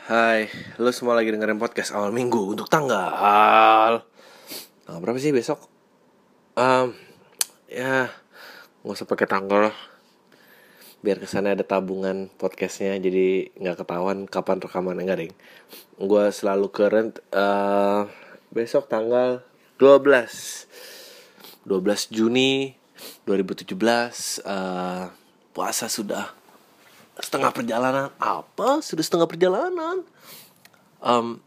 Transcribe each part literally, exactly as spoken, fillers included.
Hai, lo semua lagi dengerin podcast awal minggu untuk tanggal tanggal berapa sih besok? Um, ya, nggak usah pakai tanggal lah. Biar kesannya ada tabungan podcastnya, jadi nggak ketahuan kapan rekaman. Enggak deng. Gue selalu current. Uh, besok tanggal dua belas dua belas Juni dua ribu tujuh belas. Uh, puasa sudah setengah perjalanan. Apa? Sudah setengah perjalanan? Um,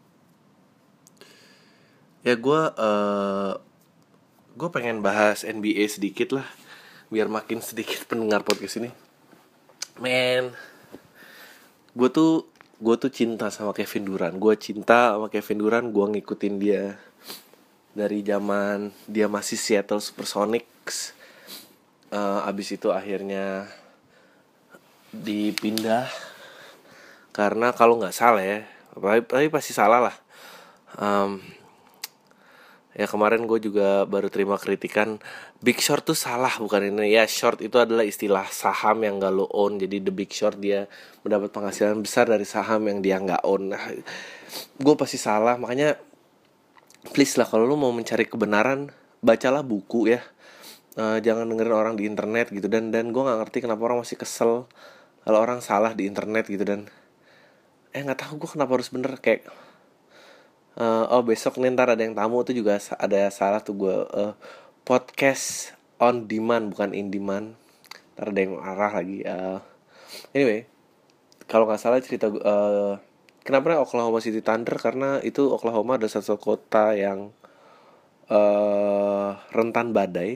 ya gue uh, gue pengen bahas N B A sedikit lah, biar makin sedikit pendengar podcast ini. Men, gue tuh gue tuh cinta sama Kevin Durant. Gue cinta sama Kevin Durant. Gue ngikutin dia dari zaman dia masih Seattle Supersonics. Uh, abis itu akhirnya dipindah karena kalau nggak salah ya, tapi pasti salah lah. Um, Ya kemarin gue juga baru terima kritikan Big Short tuh salah, bukan ini. Ya short itu adalah istilah saham yang gak lo own. Jadi the Big Short dia mendapat penghasilan besar dari saham yang dia gak own. Nah, gue pasti salah. Makanya please lah, kalau lo mau mencari kebenaran, bacalah buku ya. uh, Jangan dengerin orang di internet gitu. Dan dan gue gak ngerti kenapa orang masih kesel kalau orang salah di internet gitu. Dan Eh gak tahu gue kenapa harus bener. Kayak Uh, oh besok nih ntar ada yang tamu tuh juga ada salah tuh gue uh, podcast on demand bukan in demand. Ntar ada yang arah lagi. Uh, anyway, kalau nggak salah cerita uh, kenapa Oklahoma City Thunder, karena itu Oklahoma ada satu kota yang uh, rentan badai.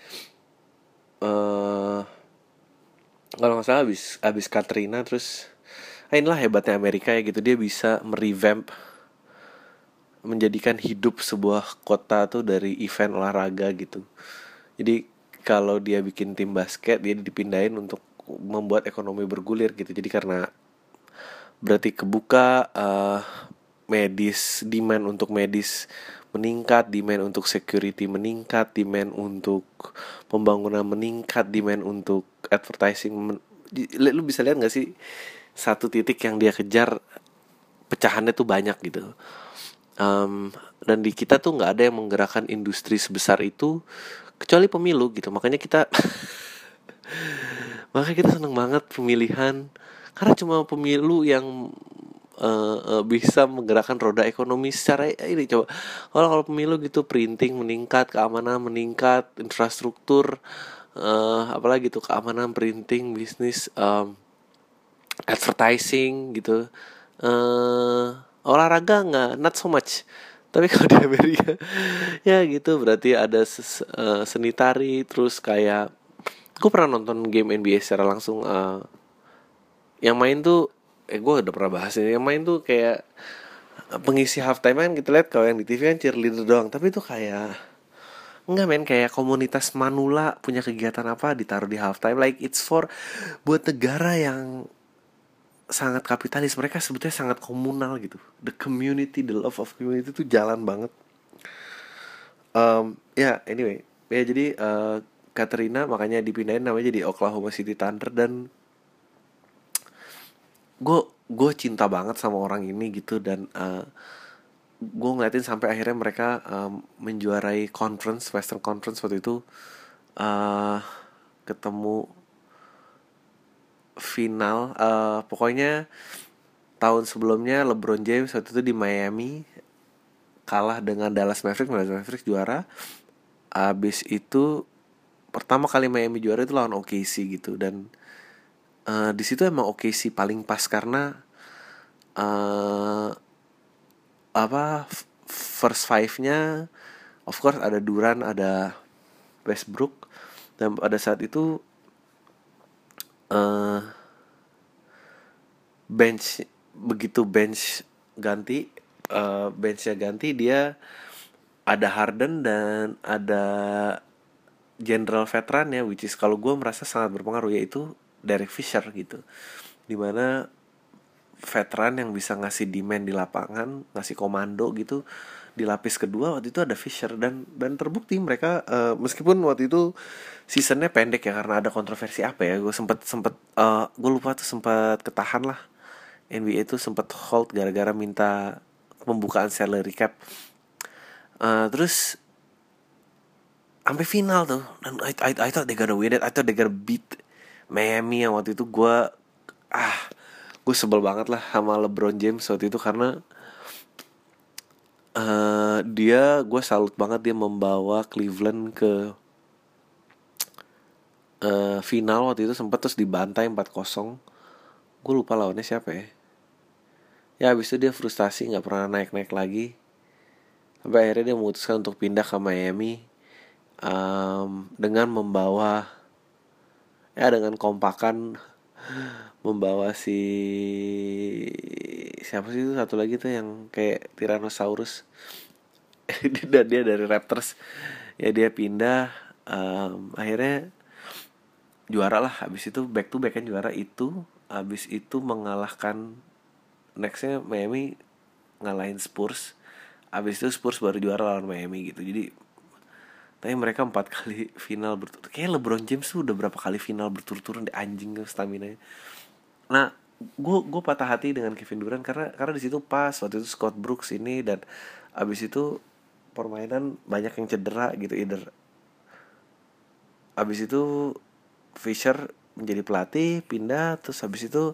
Uh, kalau nggak salah abis abis Katrina terus. Ah, inilah hebatnya Amerika ya gitu, dia bisa merevamp, menjadikan hidup sebuah kota tuh dari event olahraga gitu. Jadi kalau dia bikin tim basket, dia dipindahin untuk membuat ekonomi bergulir gitu. Jadi karena berarti kebuka, uh, medis, demand untuk medis meningkat, demand untuk security meningkat, demand untuk pembangunan meningkat, demand untuk advertising men- lu bisa lihat nggak sih satu titik yang dia kejar pecahannya tuh banyak gitu. Um, dan di kita tuh nggak ada yang menggerakkan industri sebesar itu kecuali pemilu gitu. Makanya kita makanya kita seneng banget pemilihan, karena cuma pemilu yang uh, uh, bisa menggerakkan roda ekonomi secara ini. Coba kalau kalau pemilu gitu, printing meningkat, keamanan meningkat, infrastruktur, uh, apalagi tuh keamanan, printing, bisnis, um, advertising gitu. Uh, olahraga nggak, not so much. Tapi kalau di Amerika ya gitu, berarti ada ses, uh, seni tari, terus kayak gue pernah nonton game N B A secara langsung. Uh, yang main tuh eh gue udah pernah bahas ini. Yang main tuh kayak pengisi halftime kan kita lihat, kalau yang di T V kan cheerleader doang. Tapi tuh kayak enggak men, kayak komunitas manula punya kegiatan apa ditaruh di halftime, like it's for buat negara yang sangat kapitalis. Mereka sebetulnya sangat komunal gitu. The community, the love of community tuh jalan banget. Um, ya yeah, anyway, ya jadi uh, Katrina makanya dipindahin namanya jadi Oklahoma City Thunder. Dan gue gue cinta banget sama orang ini gitu. Dan uh, gue ngeliatin sampai akhirnya mereka um, menjuarai conference, Western Conference waktu itu, uh, ketemu final. Uh, pokoknya tahun sebelumnya LeBron James waktu itu di Miami kalah dengan Dallas Mavericks. Dallas Mavericks juara. Abis itu pertama kali Miami juara itu lawan O K C gitu. Dan uh, di situ emang O K C paling pas karena uh, apa first five-nya of course ada Durant, ada Westbrook. Dan pada saat itu uh, bench begitu bench ganti, uh, benchnya ganti, dia ada Harden dan ada general veteran ya, which is kalau gue merasa sangat berpengaruh, yaitu Derek Fisher gitu. Dimana veteran yang bisa ngasih demand di lapangan, ngasih komando gitu. Di lapis kedua waktu itu ada Fisher. Dan dan terbukti mereka uh, meskipun waktu itu seasonnya pendek ya karena ada kontroversi apa ya, gue sempet sempet uh, gue lupa tuh, sempat ketahan lah N B A tuh sempat hold gara-gara minta pembukaan salary cap. Uh, terus sampai final tuh, dan I, I, I thought they gonna win it, I thought they gonna beat Miami yang waktu itu gue ah gue sebel banget lah sama LeBron James waktu itu karena uh, dia gue salut banget dia membawa Cleveland ke uh, final waktu itu, sempat terus dibantai empat kosong. Gue lupa lawannya siapa ya. Ya abis itu dia frustasi nggak pernah naik-naik lagi sampai akhirnya dia memutuskan untuk pindah ke Miami um, dengan membawa ya dengan kompakan membawa si siapa sih itu satu lagi tuh yang kayak Tyrannosaurus dan dia dari Raptors ya, dia pindah um, akhirnya juara lah. Habis itu back to back kan juara itu. Habis itu mengalahkan nextnya Miami, ngalahin Spurs. Habis itu Spurs baru juara lawan Miami gitu. Jadi tapi mereka empat kali final berturut-turut. Kayak LeBron James tuh udah berapa kali final berturut-turut, di anjing stamina-nya. Nah, gue gue patah hati dengan Kevin Durant karena karena di situ pas waktu itu Scott Brooks ini, dan abis itu permainan banyak yang cedera gitu. Either abis itu Fisher menjadi pelatih pindah, terus abis itu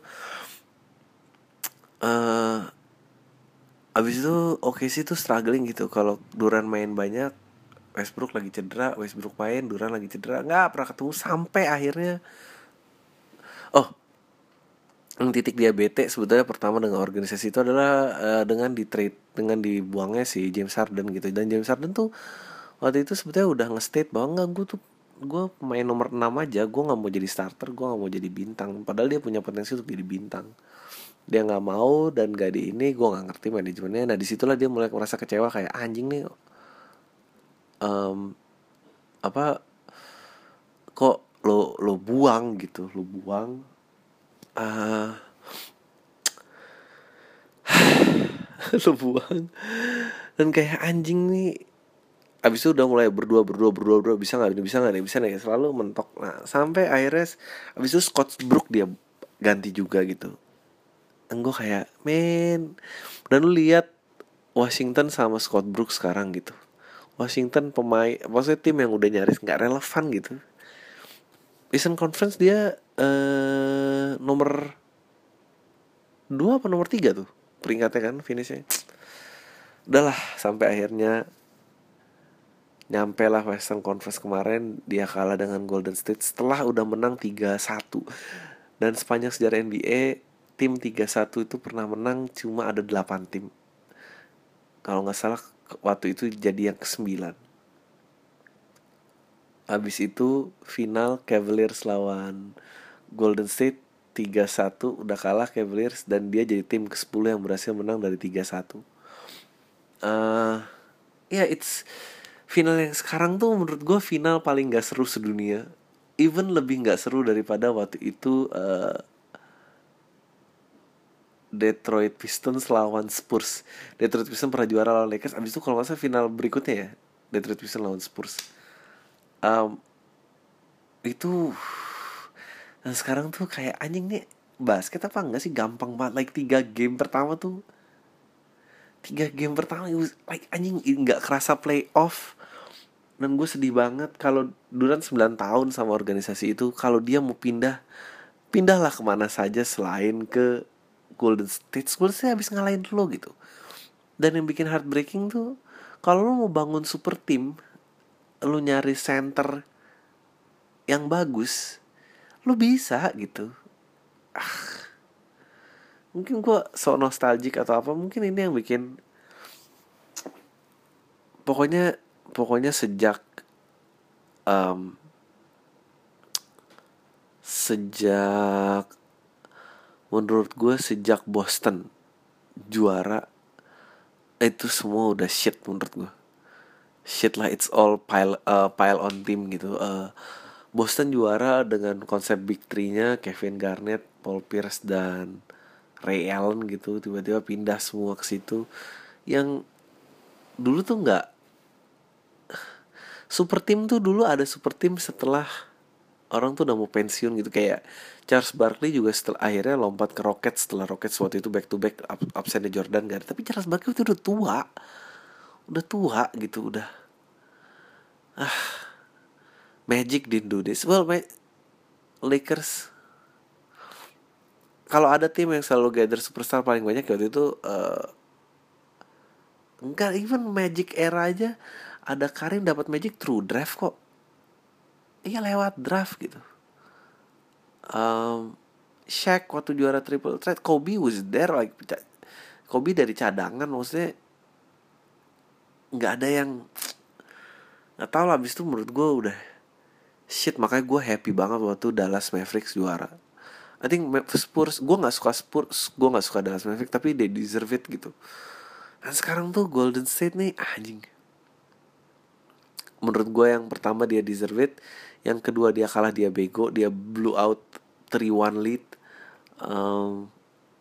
uh, abis itu oke sih tuh struggling gitu. Kalau Durant main banyak, Westbrook lagi cedera, Westbrook main, Durant lagi cedera, nggak pernah ketemu sampai akhirnya. Oh, yang titik dia bete sebetulnya pertama dengan organisasi itu adalah uh, dengan di trade, dengan dibuangnya si James Harden gitu. Dan James Harden tuh waktu itu sebetulnya udah nge-state bahwa nggak, gue tuh gue pemain nomor enam aja, gue nggak mau jadi starter, gue nggak mau jadi bintang. Padahal dia punya potensi untuk jadi bintang. Dia nggak mau dan gak di ini, gue nggak ngerti manajemennya. Nah disitulah dia mulai merasa kecewa, kayak anjing nih um, apa kok lo lo buang gitu, lo buang uh, lo buang dan kayak anjing nih. Abis itu udah mulai berdua berdua berdua berdua bisa nggak bisa nggak bisa nggak, selalu mentok. Nah sampai akhirnya abis itu Scott Brooks dia ganti juga gitu. Dan gue kayak men, dan lu lihat Washington sama Scott Brooks sekarang gitu. Washington pemain, maksudnya tim yang udah nyaris nggak relevan gitu. Eastern Conference dia eh, nomor dua apa nomor tiga tuh peringkatnya kan finishnya. Udahlah sampai akhirnya nyampe lah Western Conference kemarin, dia kalah dengan Golden State setelah udah menang tiga satu. Dan sepanjang sejarah N B A tim tiga satu itu pernah menang cuma ada delapan tim. Kalau gak salah waktu itu jadi yang kesembilan. Habis itu final Cavaliers lawan Golden State tiga satu, udah kalah Cavaliers, dan dia jadi tim kesepuluh yang berhasil menang dari tiga satu. Uh, ya yeah, it's final yang sekarang tuh menurut gue final paling gak seru sedunia. Even lebih gak seru daripada waktu itu uh, Detroit Pistons lawan Spurs. Detroit Pistons pernah juara lawan Lakers. Abis itu kalau gak salah final berikutnya ya Detroit Pistons lawan Spurs. um, Itu dan sekarang tuh kayak anjing nih, basket apa enggak sih gampang banget. Like tiga game pertama tuh tiga game pertama like anjing gak kerasa playoff. Dan gue sedih banget kalau Durant sembilan tahun sama organisasi itu, kalau dia mau pindah, pindahlah kemana saja selain ke Golden State. Golden State habis ngalahin lo gitu. Dan yang bikin heartbreaking tuh, kalau lo mau bangun super team, lo nyari center yang bagus, lo bisa gitu. Ah, mungkin gue so nostalgic atau apa, mungkin ini yang bikin. Pokoknya pokoknya sejak um, sejak menurut gue sejak Boston juara itu semua udah shit menurut gue. Shit lah, it's all pile uh, pile on team gitu. Uh, Boston juara dengan konsep big three-nya Kevin Garnett, Paul Pierce dan Ray Allen gitu, tiba-tiba pindah semua ke situ. Yang dulu tuh nggak super team tuh, dulu ada super team setelah orang tuh udah mau pensiun gitu. Kayak Charles Barkley juga setelah akhirnya lompat ke Rockets setelah Rockets waktu itu back to back absennya Jordan gak ada. Tapi Charles Barkley itu udah tua, udah tua gitu, udah Magic didn't do this. Well, my Lakers, kalau ada tim yang selalu gather superstar paling banyak waktu itu uh, enggak, even Magic era aja ada Karim dapat Magic through draft kok. Iya, lewat draft gitu. um, Shaq waktu juara triple threat, Kobe was there like Kobe dari cadangan, maksudnya nggak ada yang nggak tahu lah. Abis itu menurut gue udah shit, makanya gue happy banget waktu Dallas Mavericks juara. I think Spurs, gue nggak suka Spurs, gue nggak suka Dallas Mavericks, tapi they deserve it gitu. Dan sekarang tuh Golden State nih anjing. Menurut gue yang pertama dia deserve it, yang kedua dia kalah, dia bego, dia blew out three one lead. Um,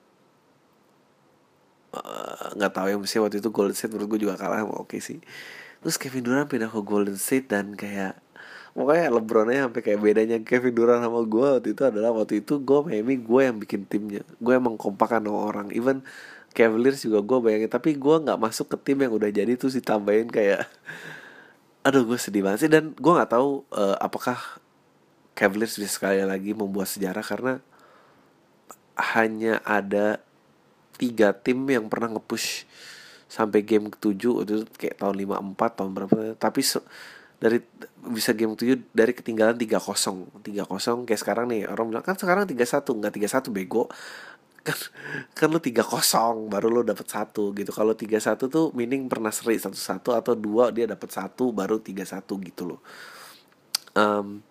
nggak uh, tahu ya, mesti waktu itu Golden State menurut gue juga kalah sama oke sih. Terus Kevin Durant pindah ke Golden State dan kayak pokoknya LeBronnya sampai kayak bedanya Kevin Durant sama gue waktu itu adalah waktu itu gue Miami, gue yang bikin timnya, gue yang mengkompakan sama orang. Even Cavaliers juga gue bayangin, tapi gue nggak masuk ke tim yang udah jadi tuh ditambahin kayak aduh gue sedih banget sih. Dan gue nggak tahu uh, apakah Cavaliers bisa sekali lagi membuat sejarah, karena hanya ada tiga tim yang pernah nge-push sampai game ketujuh itu kayak tahun lima empat tahun berapa, tapi so, dari bisa game ketujuh dari ketinggalan tiga kosong tiga kosong kayak sekarang nih orang bilang kan sekarang tiga satu, enggak tiga satu bego. Kan kan lu tiga kosong baru lu dapat satu gitu. Kalau tiga satu tuh meaning pernah seri satu satu atau dua dia dapat satu baru tiga satu gitu loh. Um,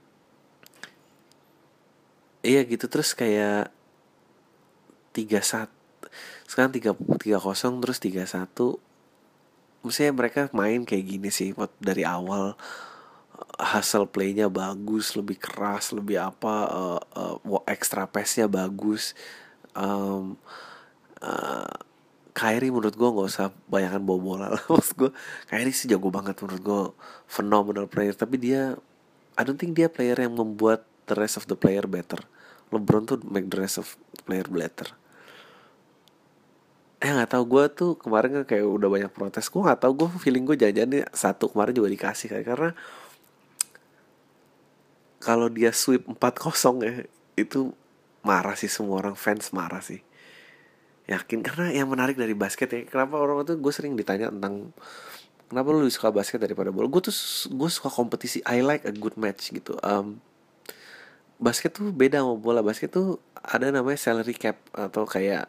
iya gitu. Terus kayak tiga satu sekarang tiga tiga kosong terus tiga satu. Maksudnya mereka main kayak gini sih dari awal, hustle playnya bagus, lebih keras, lebih apa, uh, uh, extra pass-nya bagus. um, uh, Kyrie menurut gue nggak usah bayangkan bawa bola lah. Maksud gue Kyrie sih jago banget menurut gue, phenomenal player, tapi dia I don't think dia player yang membuat the rest of the player better. LeBron tuh make the rest of the player better. Eh nggak tahu, gue tuh kemarin kan kayak udah banyak protes. Gue nggak tahu, gue feeling gue jajan nih satu kemarin juga dikasih kayak, karena kalau dia sweep empat kosong ya itu marah sih, semua orang fans marah sih, yakin. Karena yang menarik dari basket ya, kenapa orang itu, gue sering ditanya tentang kenapa lu suka basket daripada bola. Gue tuh gue suka kompetisi, I like a good match gitu. um, Basket tuh beda sama bola. Basket tuh ada namanya salary cap, atau kayak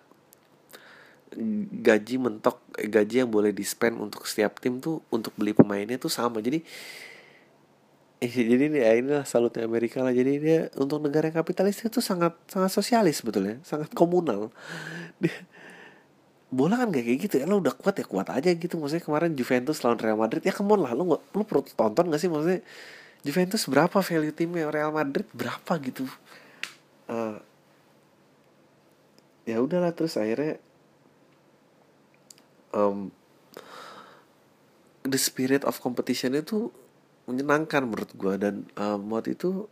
gaji mentok, gaji yang boleh di spend untuk setiap tim tuh untuk beli pemainnya tuh sama. Jadi eh, jadi ini ya inilah salutnya Amerika lah. Jadi dia untuk negara yang kapitalis itu sangat sangat sosialis sebetulnya, sangat komunal. Dia, bola kan gak kayak gitu ya, lo udah kuat ya kuat aja gitu. Maksudnya kemarin Juventus lawan Real Madrid, ya come on lah, lo nggak, lo perlu tonton gak sih? Maksudnya Juventus berapa value timnya, Real Madrid berapa gitu. Uh, ya udahlah, terus akhirnya um, the spirit of competition itu menyenangkan menurut gue. Dan um, waktu itu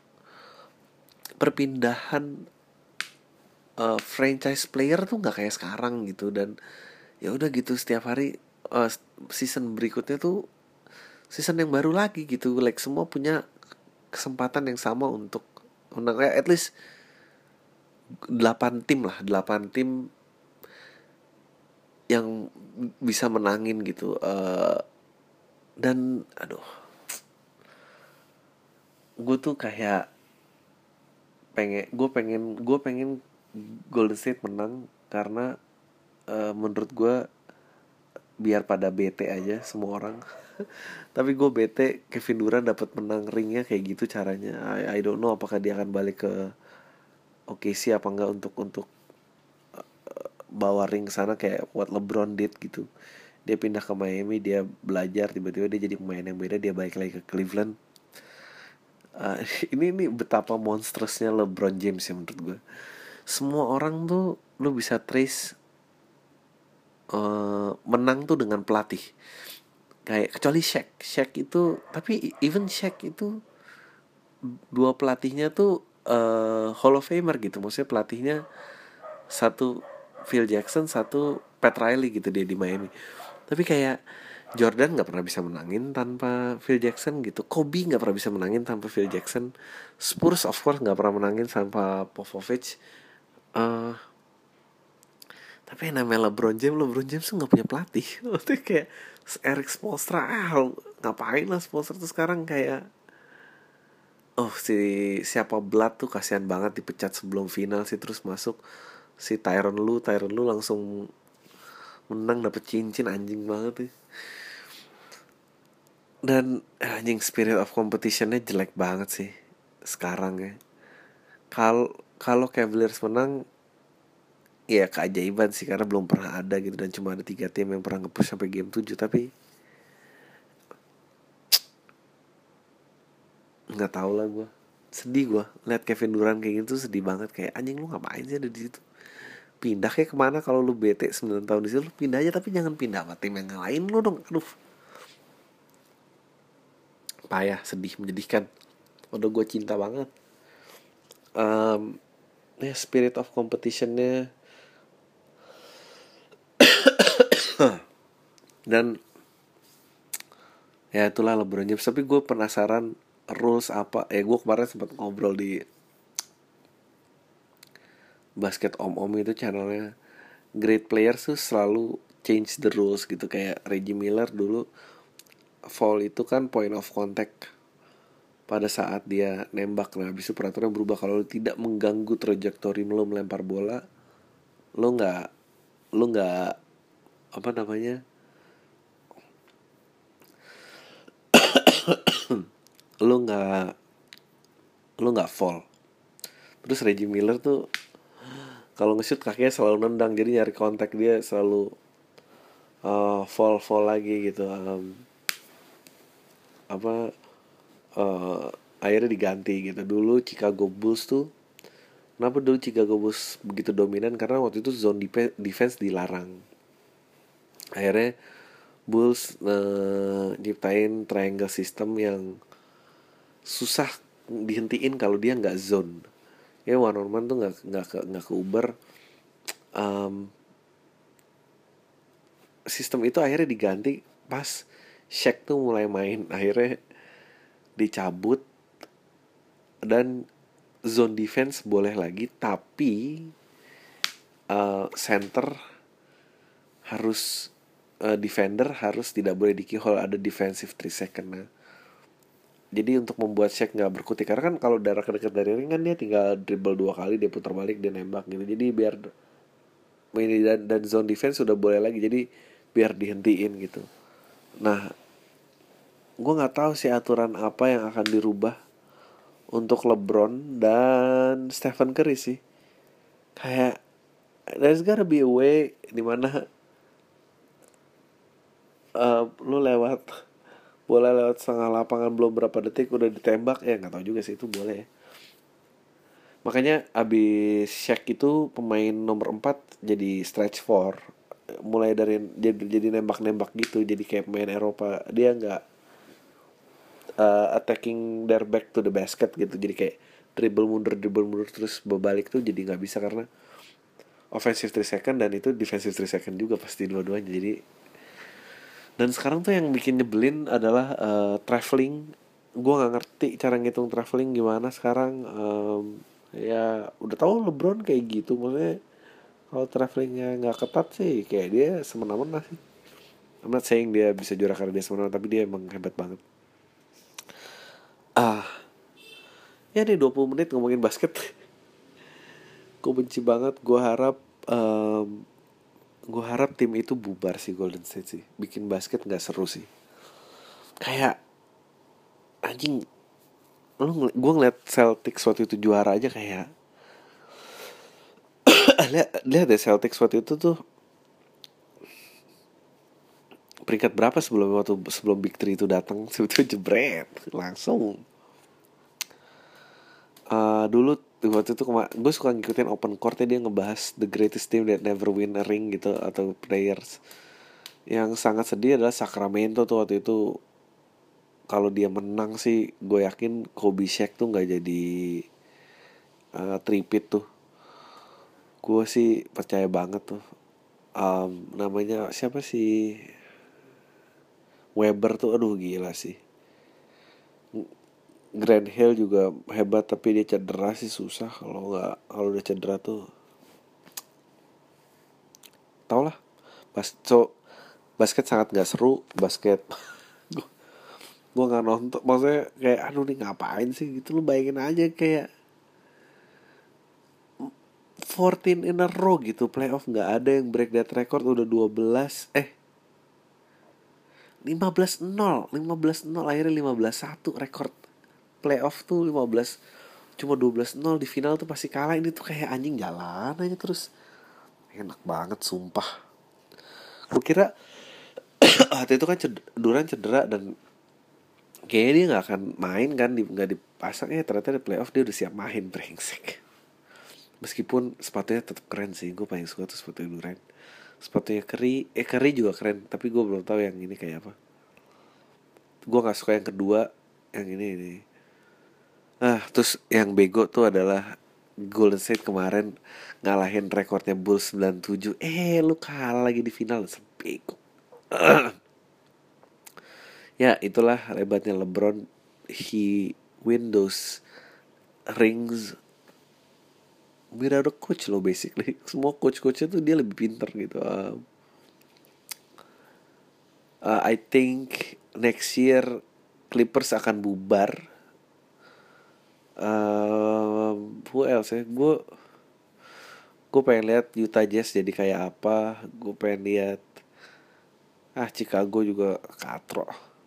perpindahan uh, franchise player tuh nggak kayak sekarang gitu. Dan ya udah gitu, setiap hari uh, season berikutnya tuh season yang baru lagi gitu. Like semua punya kesempatan yang sama untuk menang. At least delapan tim lah, delapan tim yang bisa menangin gitu. Uh, dan aduh, gue tuh kayak pengen gue pengen gue pengen Golden State menang, karena uh, menurut gue biar pada bete aja semua orang. Tapi gue bete Kevin Durant dapat menang ringnya kayak gitu caranya. I, I don't know apakah dia akan balik ke O K C apa enggak untuk untuk uh, bawa ring sana kayak what LeBron did gitu. Dia pindah ke Miami, dia belajar, tiba-tiba dia jadi pemain yang beda, dia balik lagi ke Cleveland. Uh, ini ini betapa monsterousnya LeBron James ya menurut gue. Semua orang tuh lu bisa trace uh, menang tuh dengan pelatih. Kayak kecuali Shaq, Shaq itu, tapi even Shaq itu dua pelatihnya tuh uh, Hall of Famer gitu. Maksudnya pelatihnya satu Phil Jackson, satu Pat Riley gitu dia di Miami. Tapi kayak Jordan nggak pernah bisa menangin tanpa Phil Jackson gitu. Kobe nggak pernah bisa menangin tanpa Phil Jackson. Spurs of course nggak pernah menangin tanpa Popovich. Uh, tapi yang namanya LeBron James, LeBron James tuh nggak punya pelatih. Maksudnya kayak Eric Spoelstra, ah ngapain lah Spoelstra tuh sekarang kayak, oh si siapa Blood tuh kasihan banget dipecat sebelum final sih, terus masuk si Tyronn Lue, Tyronn Lue langsung menang dapet cincin, anjing banget sih. Dan anjing spirit of competitionnya jelek banget sih sekarang ya. Kalau kalau Cavaliers menang ya keajaiban sih, karena belum pernah ada gitu, dan cuma ada tiga tim yang pernah nge-push sampai game tujuh. Tapi nggak tahu lah, gue sedih, gue lihat Kevin Durant kayak gitu sedih banget. Kayak anjing, lu ngapain sih ada di situ? Pindah kayak kemana? Kalau lu bete sembilan tahun di situ, lu pindah aja, tapi jangan pindah sama tim yang lain lu dong. Aduh, payah, sedih, menyedihkan. Udah gue cinta banget. Um, ya spirit of competitionnya. Dan ya itulah LeBron James. Tapi gue penasaran rules apa. Eh gue kemarin sempat ngobrol di Basket Om Om itu channelnya. Great players tuh selalu change the rules gitu. Kayak Reggie Miller dulu, foul itu kan point of contact pada saat dia nembak. Nah habis itu peraturan berubah, kalau lu tidak mengganggu trajektori lo melempar bola, lo nggak lo nggak apa namanya lo nggak lo nggak foul. Terus Reggie Miller tuh kalau nge-shoot kakinya selalu nendang, jadi nyari kontak dia selalu uh, fall fall lagi gitu. Um, apa uh, akhirnya diganti gitu. Dulu Chicago Bulls tuh, kenapa dulu Chicago Bulls begitu dominan? Karena waktu itu zone defense dilarang. Akhirnya Bulls uh, nyiptain triangle system yang susah dihentiin kalau dia nggak zone. Ya one on one tuh nggak nggak ke nggak ke Uber. Um, sistem itu akhirnya diganti pas Shaq tuh mulai main. Akhirnya dicabut dan zone defense boleh lagi, tapi uh, center harus uh, defender harus tidak boleh di keyhole, ada defensive three second. Nah, jadi untuk membuat Shaq nggak berkutik, karena kan kalau darah dekat dari ring kan dia tinggal dribble dua kali, dia putar balik, dia nembak gitu. Jadi biar ini dan, dan zone defense sudah boleh lagi, jadi biar dihentiin gitu. Nah, gue nggak tahu sih aturan apa yang akan dirubah untuk LeBron dan Stephen Curry sih. Kayak there's gotta be a way dimana uh, lu lewat bola lewat setengah lapangan belum berapa detik udah ditembak, ya nggak tahu juga sih itu boleh ya. Makanya abis Shaq itu pemain nomor empat jadi stretch four, mulai dari jadi jadi nembak-nembak gitu, jadi kayak pemain Eropa. Dia nggak uh, attacking their back to the basket gitu, jadi kayak dribble mundur dribble mundur terus berbalik tuh jadi nggak bisa, karena offensive three second dan itu defensive three second juga pasti dua-duanya. Jadi dan sekarang tuh yang bikin nyebelin adalah uh, traveling. Gue nggak ngerti cara ngitung traveling gimana sekarang. Um, ya udah tahu LeBron kayak gitu, maksudnya kalau travelingnya nggak ketat sih kayak dia semena-mena sih. I'm not saying dia bisa juara karena dia semena-mena, tapi dia emang hebat banget. Ah, ya nih dua puluh menit ngomongin basket. Gue benci banget. Gue harap um, gue harap tim itu bubar sih, Golden State sih. Bikin basket nggak seru sih. Kayak anjing, lu ngel- gue ngeliat Celtics waktu itu juara aja kayak lihat lihat deh Celtics waktu itu tuh peringkat berapa sebelum waktu sebelum Big Three itu datang, sebetulnya jebret langsung. Uh, dulu waktu itu gue suka ngikutin Open Court-nya, dia ngebahas the greatest team that never win a ring gitu, atau players. Yang sangat sedih adalah Sacramento tuh waktu itu kalau dia menang sih gue yakin Kobe Shaq tuh nggak jadi uh, tripit tuh. Gue sih percaya banget tuh. Um, namanya siapa sih, Weber tuh, aduh gila sih. Grant Hill juga hebat tapi dia cedera sih susah. Kalau nggak, kalau udah cedera tuh tau lah. Bas so, basket sangat nggak seru. Basket gue nggak nonton, maksudnya kayak aduh nih ngapain sih gitu. Lu bayangin aja kayak empat belas in a row gitu playoff, nggak ada yang break that record. Udah dua belas eh lima belas nol lima belas nol akhirnya lima belas satu record playoff tuh. Lima belas, cuma dua belas nol di final tuh pasti kalah. Ini tuh kayak anjing jalan aja terus. Enak banget sumpah. Gue kira waktu itu kan cedera, Durant cedera dan kayaknya dia nggak akan main kan, di, nggak dipasang. Ya ternyata di playoff dia udah siap main, brengsek. Meskipun sepatunya tetap keren sih, gue paling suka tuh sepatu Durant. Sepatunya Curry, eh Curry juga keren, tapi gue belum tahu yang ini kayak apa. Gue nggak suka yang kedua, yang ini ini. Ah, terus yang bego tuh adalah Golden State kemarin ngalahin rekornya Bulls sembilan puluh tujuh. Eh, lu kalah lagi di final, sebego. Ya, itulah hebatnya LeBron. He win those rings without a coach loh basically. Semua coach-coachnya tuh dia lebih pinter gitu. Uh, uh, I think next year Clippers akan bubar. Um, who else ya? Gue gue pengen lihat Utah Jazz jadi kayak apa. Gue pengen lihat ah Chicago juga katro.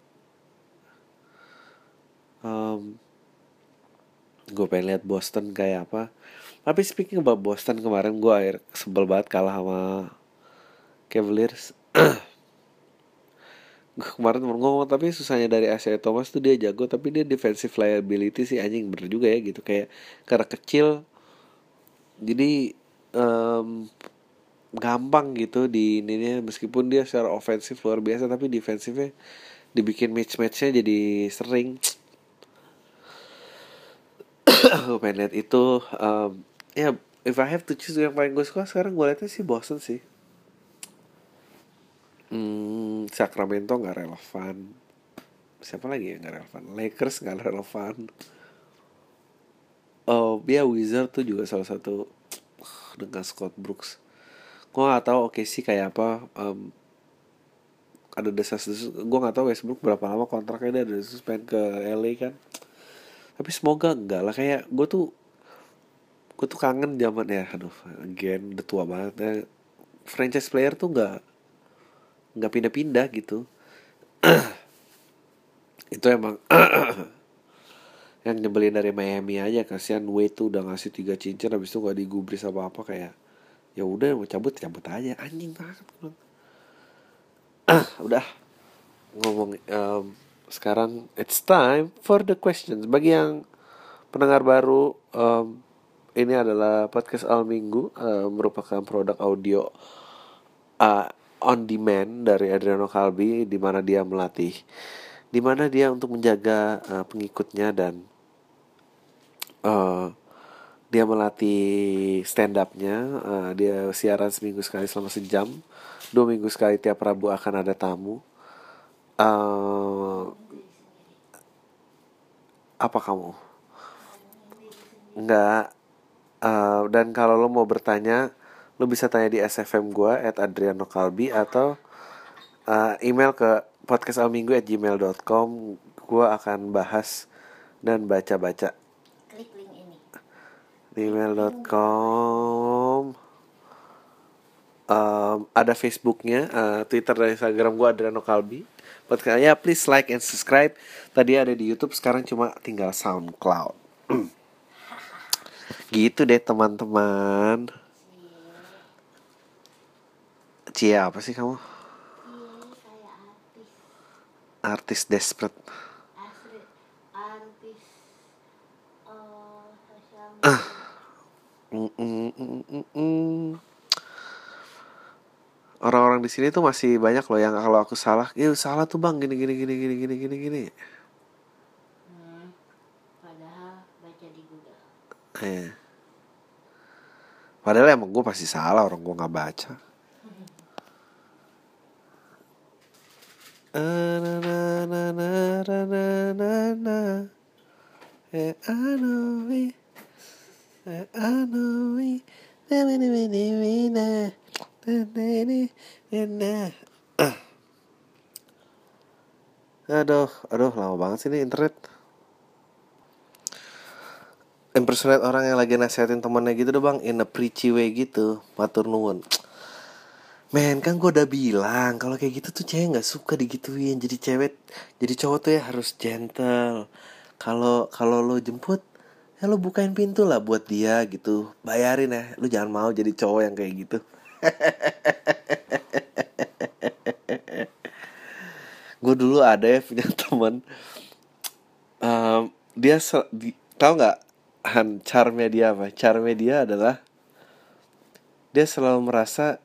Um, gue pengen lihat Boston kayak apa. Tapi speaking about Boston, kemarin gue akhir sebel banget kalah sama Cavaliers. Gue kemarin mau ngomong tapi susahnya dari Isaiah Thomas tuh dia jago tapi dia defensive liability sih anjing, bener juga ya gitu. Kayak karena kecil jadi um, gampang gitu di ininya, meskipun dia secara ofensif luar biasa tapi defensifnya dibikin match-matchnya jadi sering. Gue pengen lihat itu. Um, ya yeah, if I have to choose yang paling gue suka sekarang gue liatnya sih Boston sih. Hmm, Sacramento nggak relevan. Siapa lagi yang nggak relevan? Lakers nggak relevan. Oh ya, Wizard tuh juga salah satu dengan Scott Brooks. Gue nggak tahu oke sih kayak apa. Um, ada desas-desus. Gue nggak tahu Westbrook berapa lama kontraknya, dia ada desas pengen ke L A kan. Tapi semoga enggak lah. Kayak gue tuh gue tuh kangen zaman ya. Aduh, again udah tua banget. Ya. Franchise player tuh nggak nggak pindah-pindah gitu. Itu emang yang nyebelin dari Miami aja. Kasihan Wade tuh udah ngasih tiga cincin, habis itu gak digubris apa-apa. Kayak ya udah mau cabut cabut aja, anjing banget. Udah ngomong um, sekarang it's time for the questions. Bagi yang pendengar baru, um, ini adalah podcast Al Minggu, uh, merupakan produk audio uh, on demand dari Adriano Calbi, di mana dia melatih, di mana dia untuk menjaga uh, pengikutnya dan uh, dia melatih stand upnya. Uh, dia siaran seminggu sekali selama sejam, dua minggu sekali tiap Rabu akan ada tamu. Uh, apa kamu? Enggak. Uh, dan kalau lo mau bertanya, lo bisa tanya di S F M gue at Adriano Calbi atau uh, email ke podcastalminggu at gmail dot com. Gue akan bahas dan baca-baca. Klik link ini. Email dot com. Um, ada Facebooknya, uh, Twitter dan Instagram gue Adriano Calbi. Podcast ya, please like and subscribe. Tadi ada di YouTube, sekarang cuma tinggal SoundCloud. Gitu deh teman-teman. Cie apa sih kamu? Iya, kayak artis. Artis desperate. Asli, artis uh, sosial media. Mm, mm, mm, mm, mm. Orang-orang di sini tuh masih banyak loh yang kalau aku salah, "Ya salah tuh bang, gini gini gini gini gini gini gini." Eh. Padahal emang gue pasti salah, orang gue nggak baca. Na na na na na na na na. Eh, I know it. Eh, I know it. Na na na na na na na na na. Aduh, aduh lama banget sih ini internet. Impersonate orang yang lagi nasihatin temennya gitu deh bang, in a preachy way gitu, matur nuwun. Men kan gue udah bilang kalau kayak gitu tuh cewek nggak suka digituin. Jadi cewek, jadi cowok tuh ya harus gentle. Kalau kalau lo jemput, ya lo bukain pintu lah buat dia gitu, bayarin ya. Lo jangan mau jadi cowok yang kayak gitu. Gue dulu ada ya punya teman, um, dia se- di, tahu nggak Han charmnya dia apa? Charmnya dia adalah dia selalu merasa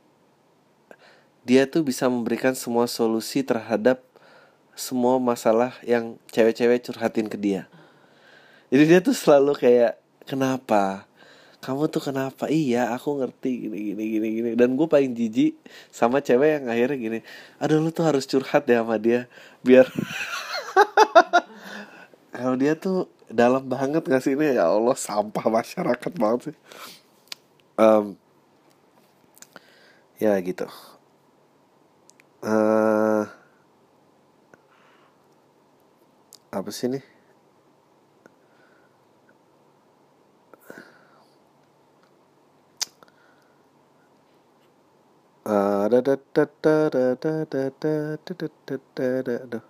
dia tuh bisa memberikan semua solusi terhadap semua masalah yang cewek-cewek curhatin ke dia. Jadi dia tuh selalu kayak, kenapa? Kamu tuh kenapa? Iya, aku ngerti gini gini gini gini. Dan gue paling jijik sama cewek yang akhirnya gini, aduh lu tuh harus curhat deh sama dia biar kalau dia tuh dalam banget gak sih ini, ya Allah sampah masyarakat banget sih. Um, ya gitu. Uh, apa sih nih? Ada ada ada ada ada ada ada ada ada ada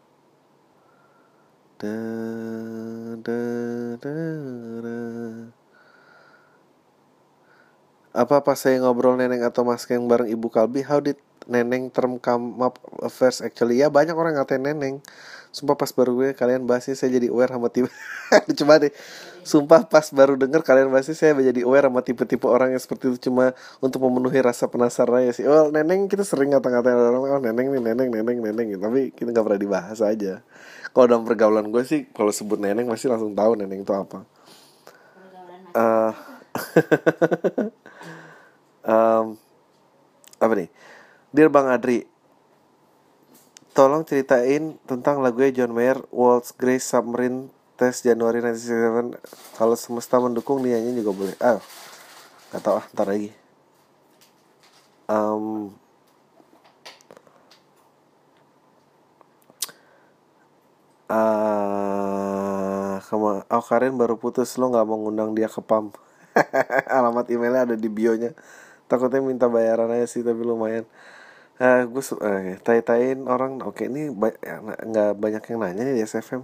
apa pas saya ngobrol Neneng atau Mas Keng bareng Ibu Kalbi, how did Neneng term come up first actually? Ya banyak orang ngatain Neneng. Sumpah pas baru gue kalian bahasnya saya jadi aware sama tipe. Cuma deh. Sumpah pas baru denger kalian bahasnya saya jadi aware sama tipe-tipe orang yang seperti itu cuma untuk memenuhi rasa penasaran ya sih. Oh Neneng kita sering ngata-ngatain orang, oh Neneng nih Neneng Neneng Neneng gitu. Tapi kita nggak pernah dibahas aja. Kalau dalam pergaulan gue sih kalau sebut Neneng masih langsung tahu Neneng itu apa. Uh, um, apa nih? Dear Bang Adri, tolong ceritain tentang lagunya John Mayer, Waltz Grace Submarine Test Januari sembilan puluh tujuh. Kalau semesta mendukung nyanyi juga boleh. Ah, nggak tahu ah, ntar lagi. Um, uh, kema- oh Karin baru putus, lo nggak mau ngundang dia ke P A M. Alamat emailnya ada di bio-nya. Takutnya minta bayaran aja sih, tapi lumayan. Uh, gue uh, tai-tain orang. Oke, ini ba- ya, nggak banyak yang nanya nih di S F M.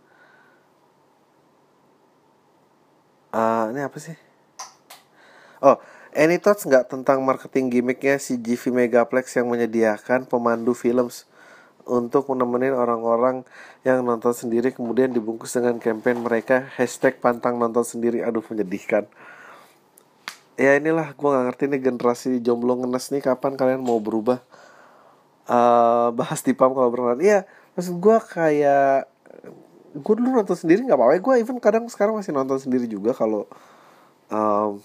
Uh, ini apa sih? Oh, any thoughts nggak tentang marketing gimmicknya si G V Megaplex yang menyediakan pemandu film untuk menemenin orang-orang yang nonton sendiri, kemudian dibungkus dengan campaign mereka hashtag pantang nonton sendiri. Aduh menyedihkan. Ya inilah gue nggak ngerti nih generasi jomblo ngenes nih kapan kalian mau berubah. Uh, bahas di P A M kalau berkenan. Iya, maksud gue kayak gue dulu nonton sendiri nggak apa-apa. Gue even kadang sekarang masih nonton sendiri juga kalau um,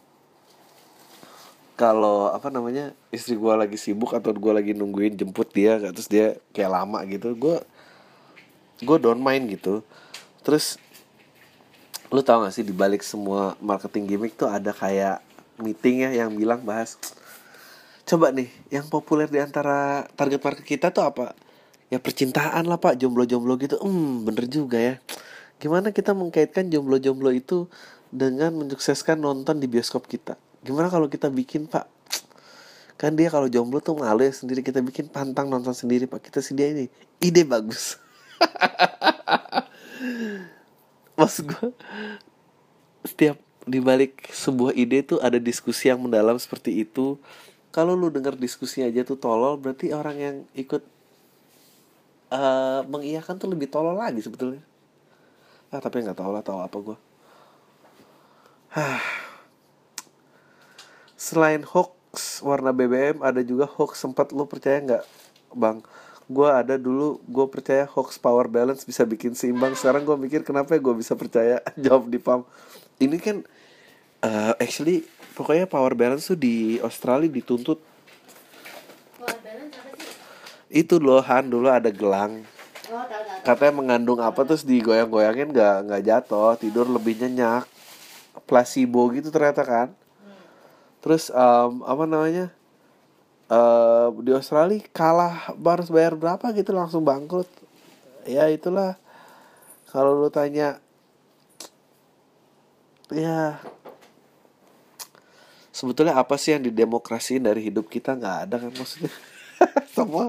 kalau apa namanya istri gue lagi sibuk atau gue lagi nungguin jemput dia, terus dia kayak lama gitu, gue gue don't mind gitu. Terus lu tau gak sih di balik semua marketing gimmick tuh ada kayak meeting ya yang bilang bahas, coba nih yang populer di antara target market kita tuh apa? Ya percintaan lah pak, jomblo-jomblo gitu. Hmm bener juga ya. Gimana kita mengkaitkan jomblo-jomblo itu dengan mensukseskan nonton di bioskop kita? Gimana kalau kita bikin pak, kan dia kalau jomblo tuh malu ya sendiri, kita bikin pantang nonton sendiri pak. Kita sedia ini, ide bagus. Maksud gue, setiap dibalik sebuah ide tuh ada diskusi yang mendalam seperti itu. Kalau lu denger diskusinya aja tuh tolol, berarti orang yang ikut uh, mengiyakan tuh lebih tolol lagi sebetulnya. Ah tapi nggak tahu lah, tahu apa gue. Selain hoax warna B B M, ada juga hoax sempat, lu percaya nggak bang? Gue ada dulu, gue percaya hoax power balance bisa bikin seimbang. Sekarang gue mikir kenapa ya gue bisa percaya. Jawab di P A M. ini kan uh, actually pokoknya power balance tuh di Australia dituntut. Power balance apa sih? Itu loh Han, dulu ada gelang Oh, tahu tahu. tahu. katanya mengandung apa terus digoyang-goyangin nggak nggak jatuh, tidur lebih nyenyak, placebo gitu ternyata kan. Terus um, apa namanya uh, di Australia kalah harus bayar berapa gitu langsung bangkrut. Ya itulah, kalau lu tanya ya sebetulnya apa sih yang didemokrasiin dari hidup kita, nggak ada kan maksudnya. semua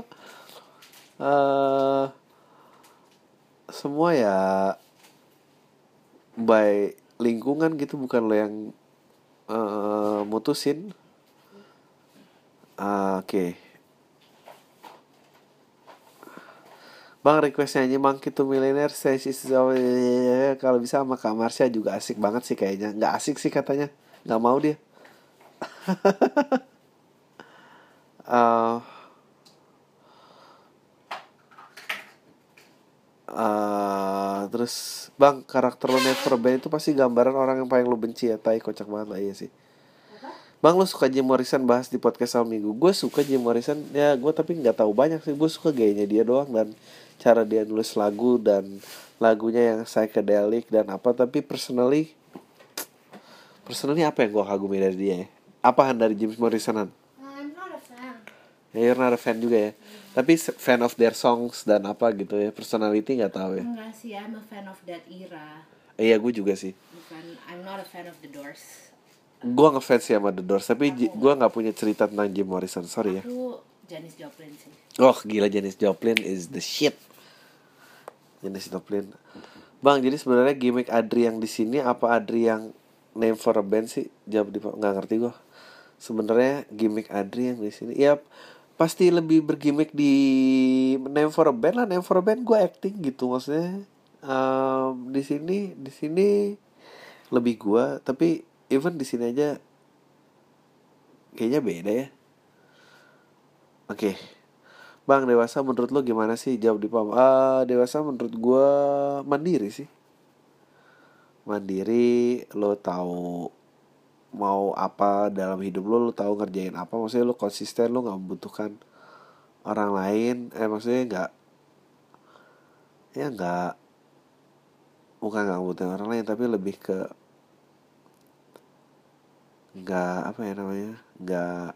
uh, semua ya by lingkungan gitu, bukan lo yang uh, mutusin. Uh, oke okay. Bang, request nyanyi Monkey to Millionaire saya sih kalau bisa sama Kak Marsha juga asik banget sih kayaknya. Nggak asik sih katanya, nggak mau dia. uh, uh, terus Bang, karakter lo Never Band itu pasti gambaran orang yang paling lo benci ya. Tai, kocak banget lah. Iya sih Bang, lo suka Jim Morrison, bahas di podcast sama Minggu. Gue suka Jim Morrison, ya gue tapi nggak tahu banyak sih. Gue suka gayanya dia doang dan cara dia nulis lagu dan lagunya yang psychedelic dan apa. Tapi personally, personally apa yang gue kagumi dari dia ya? Apaan dari Jim Morrison? I'm not a fan. Ya, you're not a fan juga ya. Tapi fan of their songs dan apa gitu ya. Personality nggak tahu ya. Enggak sih, I'm a fan of that era. Eh, iya, gue juga sih. Bukan, I'm not a fan of the Doors. Gue ngefans sih sama The Doors, tapi j- gue nggak punya cerita tentang Jim Morrison, sorry ya. Aku Janis Joplin sih. Oh gila, Janis Joplin is the shit. Janis Joplin. Bang, jadi sebenarnya gimmick Adri yang di sini apa Adri yang Name for a Band sih? Jawab di, nggak ngerti gue. Sebenarnya gimmick Adri yang di sini, ya pasti lebih bergimmick di Name for a Band lah. Name for a Band gue acting gitu maksudnya. Um, di sini, di sini lebih gue, tapi even di sini aja kayaknya beda ya. Oke, okay. Bang, dewasa menurut lo gimana sih? Jawab di pam. Ah, dewasa menurut gue mandiri sih. Mandiri, lo tahu mau apa dalam hidup lo, lo tahu ngerjain apa. Maksudnya lo konsisten, lo nggak membutuhkan orang lain. Eh maksudnya nggak, ya nggak, bukan nggak membutuhkan orang lain, tapi lebih ke nggak apa ya namanya, nggak,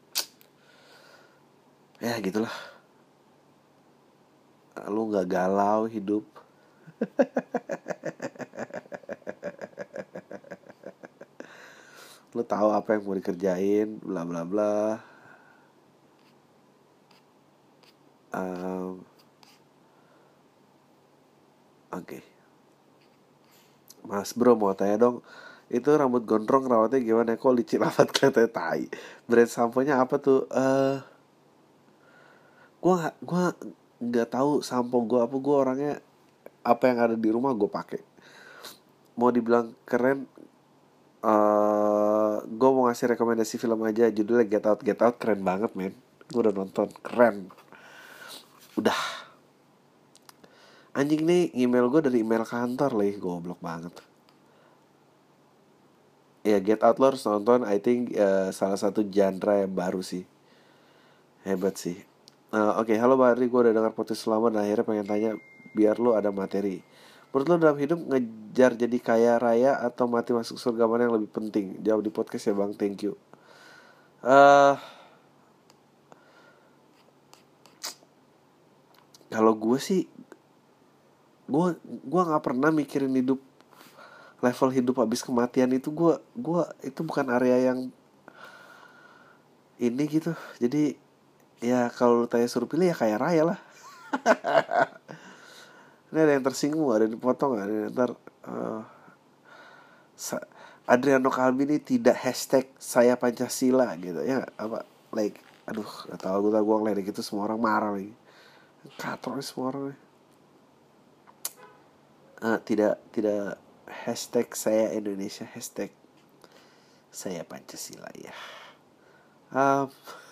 ya gitulah. Lu nggak galau hidup. Lu tahu apa yang mau dikerjain, bla bla bla. Um, Oke, okay. Mas bro mau tanya dong, itu rambut gondrong rawatnya gimana? Kok licin amat kelihatannya tai. Brand sampo-nya apa tuh? Eh, uh, gua gua nggak tahu sampo gua apa. Gua orangnya apa yang ada di rumah gue pakai. Mau dibilang keren, uh, gue mau ngasih rekomendasi film aja, judulnya Get Out. Get Out keren banget men, gue udah nonton, keren. Udah. Anjing nih, email gue dari email kantor lagi, goblok banget. Ya Get Out lo harus nonton. I think uh, salah satu genre yang baru sih, hebat sih. uh, Oke, okay, halo Bari, gue udah dengar podcast selama dan akhirnya pengen tanya biar lo ada materi. Menurut lo dalam hidup ngejar jadi kaya raya atau mati masuk surga, mana yang lebih penting? Jawab di podcast ya bang, thank you. uh, Kalau gue sih, gue gue nggak pernah mikirin hidup, level hidup habis kematian itu. Gue gue itu bukan area yang ini gitu. Jadi ya kalau lu tanya suruh pilih ya kaya raya lah. Ini ada yang tersinggung, ada yang dipotong, ada yang ntar uh, Adriano Calbini tidak hashtag saya Pancasila gitu ya, apa like aduh gak tau gue gue ngeliat gitu semua orang marah lagi, katrol semua orang. Uh, tidak tidak hashtag saya Indonesia, hashtag saya Pancasila ya. Um,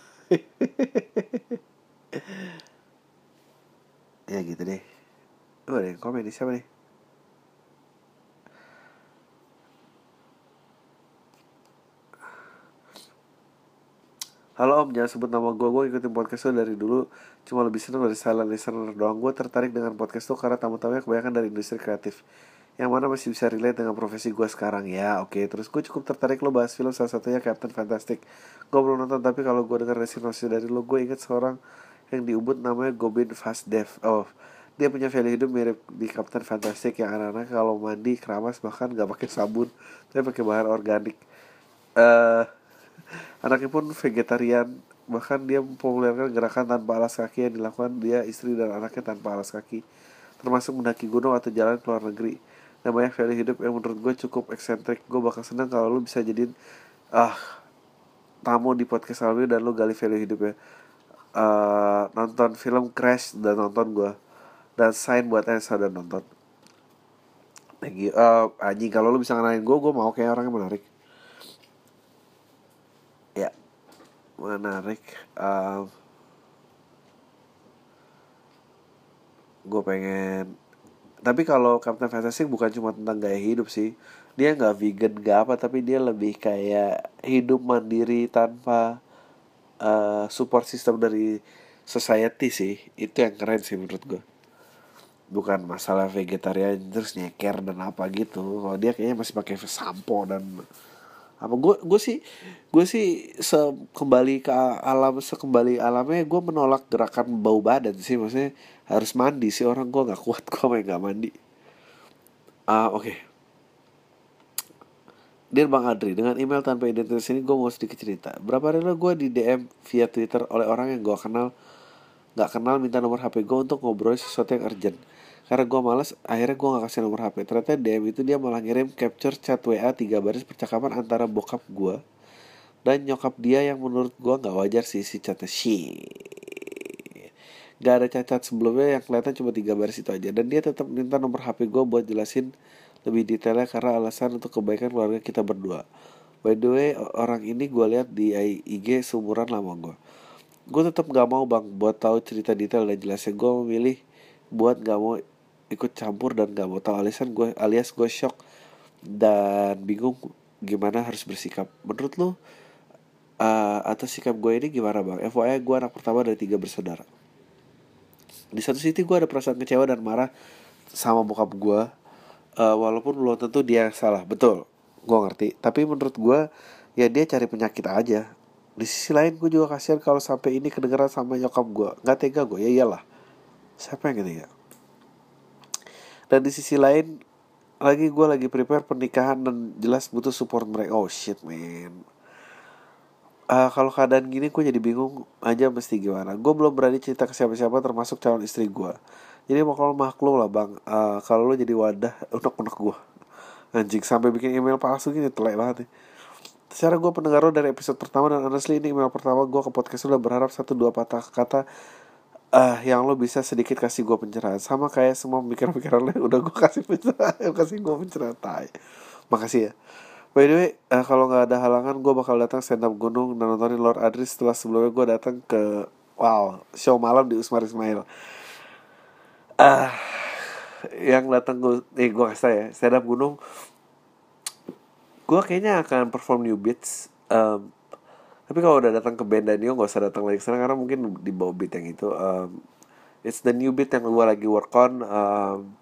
ya gitu deh. Lu ada yang komen nih, siapa nih? Om jangan sebut nama gue, gue ikutin podcast lo dari dulu, cuma lebih seneng dari silent listener doang. Gue tertarik dengan podcast lo karena tamu-tamunya kebanyakan dari industri kreatif, yang mana masih bisa relate dengan profesi gue sekarang. Ya oke, okay. Terus gue cukup tertarik lo bahas film, salah satunya Captain Fantastic. Gue belum nonton, tapi kalau gue dengar resinopsis dari lo, gue inget seorang yang di Ubud namanya Gobin Fastdev. Oh, dia punya value hidup mirip di Captain Fantastic, yang anak-anak kalau mandi keramas bahkan gak pakai sabun, tapi pakai bahan organik. uh, Anaknya pun vegetarian, bahkan dia mempopulerkan gerakan tanpa alas kaki yang dilakukan dia, istri, dan anaknya tanpa alas kaki, termasuk mendaki gunung atau jalan ke luar negeri. Dan banyak value hidup yang menurut gue cukup eksentrik. Gue bakal seneng kalau lu bisa jadiin ah tamu di podcast Alwi dan lu gali value hidup ya. Uh, nonton film Crash dan nonton gue, dan sign buat Elsa dan nonton. Thank you. Uh, anjing kalau lu bisa ngenalin gue, gue mau kayak orang yang menarik. Ya, menarik. Um, gue pengen. Tapi kalau Captain Fantastic bukan cuma tentang gaya hidup sih. Dia nggak vegan nggak apa, tapi dia lebih kayak hidup mandiri tanpa uh, support system dari society sih. Itu yang keren sih menurut gue. Bukan masalah vegetarian terus nyeker dan apa gitu. Kalau dia kayaknya masih pakai sampo dan apa. Gue gue sih gue sih sekembali ke alam sekembali alamnya, gue menolak gerakan bau badan sih. Maksudnya harus mandi sih, orang gue nggak kuat gue main nggak mandi. Ah uh, oke. Okay. Dear Bang Adri, dengan email tanpa identitas ini gue mau sedikit cerita. Berapa hari lalu gue di D M via Twitter oleh orang yang gue kenal nggak kenal minta nomor H P gue untuk ngobrol sesuatu yang urgent. Karena gue males, akhirnya gue gak kasih nomor H P. Ternyata D M itu dia malah ngirim capture chat W A tiga baris percakapan antara bokap gue dan nyokap dia, yang menurut gue gak wajar sih isi chatnya. Shit. Gak ada chat-chat sebelumnya, yang kelihatan cuma tiga baris itu aja. Dan dia tetap minta nomor H P gue buat jelasin lebih detailnya karena alasan untuk kebaikan keluarga kita berdua. By the way, orang ini gue lihat di I G seumuran lama gue. Gue tetap gak mau bang buat tahu cerita detail dan jelasnya. Gue memilih buat gak mau ikut campur dan gak mau tahu alasan gue, alias gue shock dan bingung gimana harus bersikap. Menurut lo uh, atas sikap gue ini gimana bang? F Y I gue anak pertama dari tiga bersaudara. Di satu sisi gue ada perasaan kecewa dan marah sama bokap gue, uh, walaupun belum tentu dia salah. Betul, gue ngerti. Tapi menurut gue ya dia cari penyakit aja. Di sisi lain gue juga kasihan kalau sampai ini kedengeran sama nyokap gue. Gak tega gue, ya iyalah, siapa yang tega. Dan di sisi lain lagi gue lagi prepare pernikahan dan jelas butuh support mereka. Oh shit man. Uh, kalau keadaan gini gue jadi bingung aja mesti gimana. Gue belum berani cerita ke siapa-siapa termasuk calon istri gue. Jadi mau kalau maklum lah bang, uh, kalau lo jadi wadah unek-unek gue. Anjing, sampai bikin email palsu gini, telek banget nih. Secara gue pendengar lo dari episode pertama, dan honestly ini email pertama gue ke podcast lo, udah berharap satu dua patah kata Uh, yang lo bisa sedikit kasih gue pencerahan. Sama kayak semua pemikiran-pemikiran lo udah gue kasih pencerahan, kasih gue pencerahan. Tai. Makasih ya. By the way, uh, kalau nggak ada halangan gue bakal datang stand up gunung dan nontonin Lord Adri setelah sebelumnya gue datang ke wow show malam di Usmar Ismail. Ah, uh, yang datang gue, eh gue kasih ya stand up gunung. Gue kayaknya akan perform New Beats. Um, Tapi kalau udah datang ke band Danio gak usah datang lagi ke sana karena mungkin di bawah beat yang itu. um, It's the new beat yang gue lagi work on. um,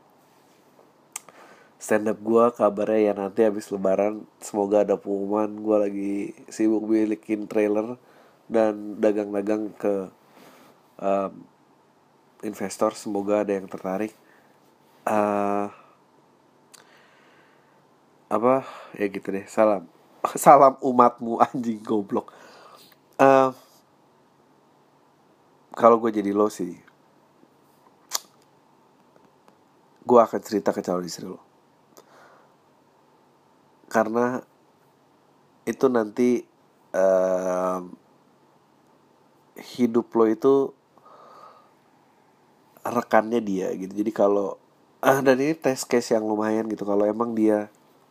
Stand up gue kabarnya ya nanti habis lebaran. Semoga ada pengumuman. Gue lagi sibuk bikin trailer dan dagang-dagang ke um, investor. Semoga ada yang tertarik. uh, Apa ya gitu deh. Salam Salam umatmu anjing goblok. Uh, kalau gue jadi lo sih, gue akan cerita ke calon istri lo, karena itu nanti uh, hidup lo itu rekannya dia gitu. Jadi kalau ah dan ini test case yang lumayan gitu. Kalau emang dia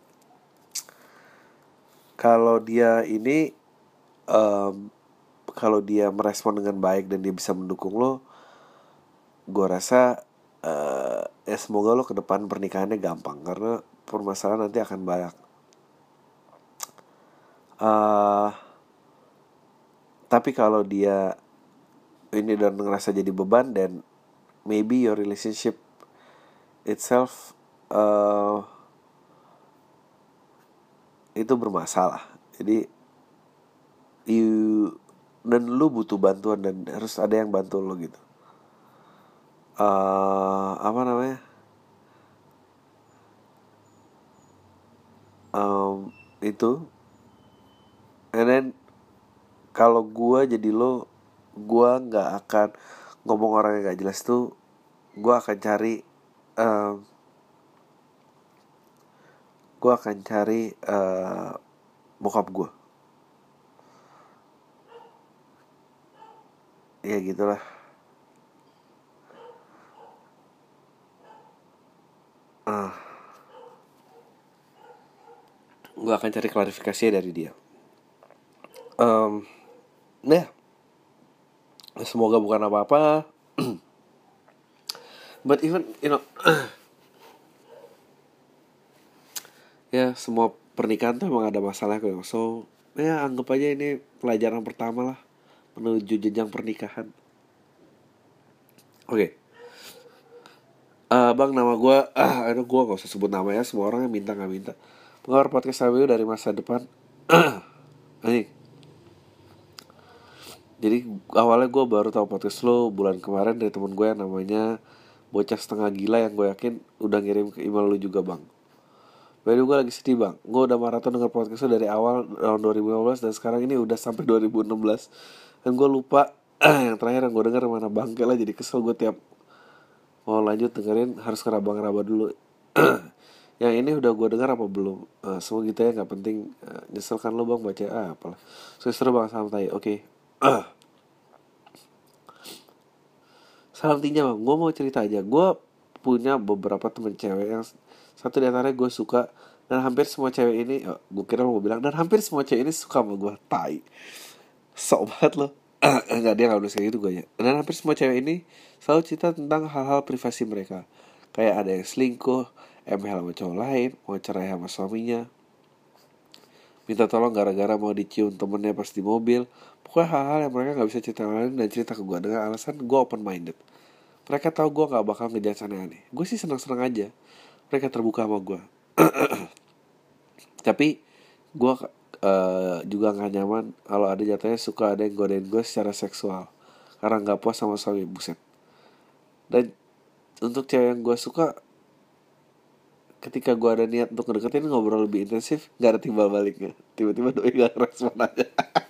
kalau dia ini um, kalau dia merespon dengan baik dan dia bisa mendukung lo, gue rasa uh, ya semoga lo ke depan pernikahannya gampang, karena permasalahan nanti akan banyak. Uh, Tapi kalau dia ini dan ngerasa jadi beban, then maybe your relationship itself uh, itu bermasalah. Jadi you dan lu butuh bantuan dan harus ada yang bantu lu gitu. Uh, apa namanya? Um, itu. And then kalau gue jadi lo, gue nggak akan ngomong orang yang gak jelas tuh. Gue akan cari, um, gue akan cari uh, bokap gue. Ya gitulah. Uh, gue akan cari klarifikasi dari dia. Um, nah, semoga bukan apa-apa. But even you know, ya semua pernikahan tuh emang ada masalah kok. So ya anggap aja ini pelajaran pertama lah menuju jenjang pernikahan. Oke. Okay. Uh, bang, nama gue, ah, aduh gue gak usah sebut namanya. Semua orang yang minta nggak minta. Pengawar podcast W dari masa depan. Ini. Jadi awalnya gue baru tahu podcast lo bulan kemarin dari temen gue yang namanya Bocah Setengah Gila, yang gue yakin udah ngirim ke email lo juga bang. By the way, gue lagi sedih bang. Gue udah maraton denger podcast lo dari awal tahun dua ribu lima belas dan sekarang ini udah sampai dua ribu enam belas. Dan gue lupa yang terakhir yang gue denger mana bangke lah. Jadi kesel gue tiap mau lanjut dengerin harus ngeraba-ngeraba dulu. Yang ini udah gue dengar apa belum? Uh, semua gitu ya, nggak penting. Uh, nyesel kan lo bang baca ah apalah. So seru bang, santai. Oke. Okay. Salam tinja bang, gue mau cerita aja. Gue punya beberapa temen cewek yang satu di antaranya gue suka, dan hampir semua cewek ini, oh, gue kira lo mau bilang dan hampir semua cewek ini suka sama gue. Tai, sok banget lo. Enggak, dia nggak nulis kayak gitu gue ya. Dan hampir semua cewek ini selalu cerita tentang hal-hal privasi mereka. Kayak ada yang selingkuh, M L sama cowok lain, mau cerai sama suaminya, minta tolong gara-gara mau dicium temennya pas di mobil. Pokoknya hal-hal yang mereka gak bisa cerita lain dan cerita ke gue dengan alasan gue open minded. Mereka tahu gue gak bakal ngejudge aneh-aneh. Gue sih seneng-seneng aja mereka terbuka sama gue. Tapi gue uh, juga gak nyaman kalau ada jatuhnya suka ada yang godain gue secara seksual karena gak puas sama suami. Buset. Dan untuk cewek yang gue suka, ketika gue ada niat untuk ngedeketin, ngobrol lebih intensif, gak ada timbal baliknya. Tiba-tiba doi gak respon aja.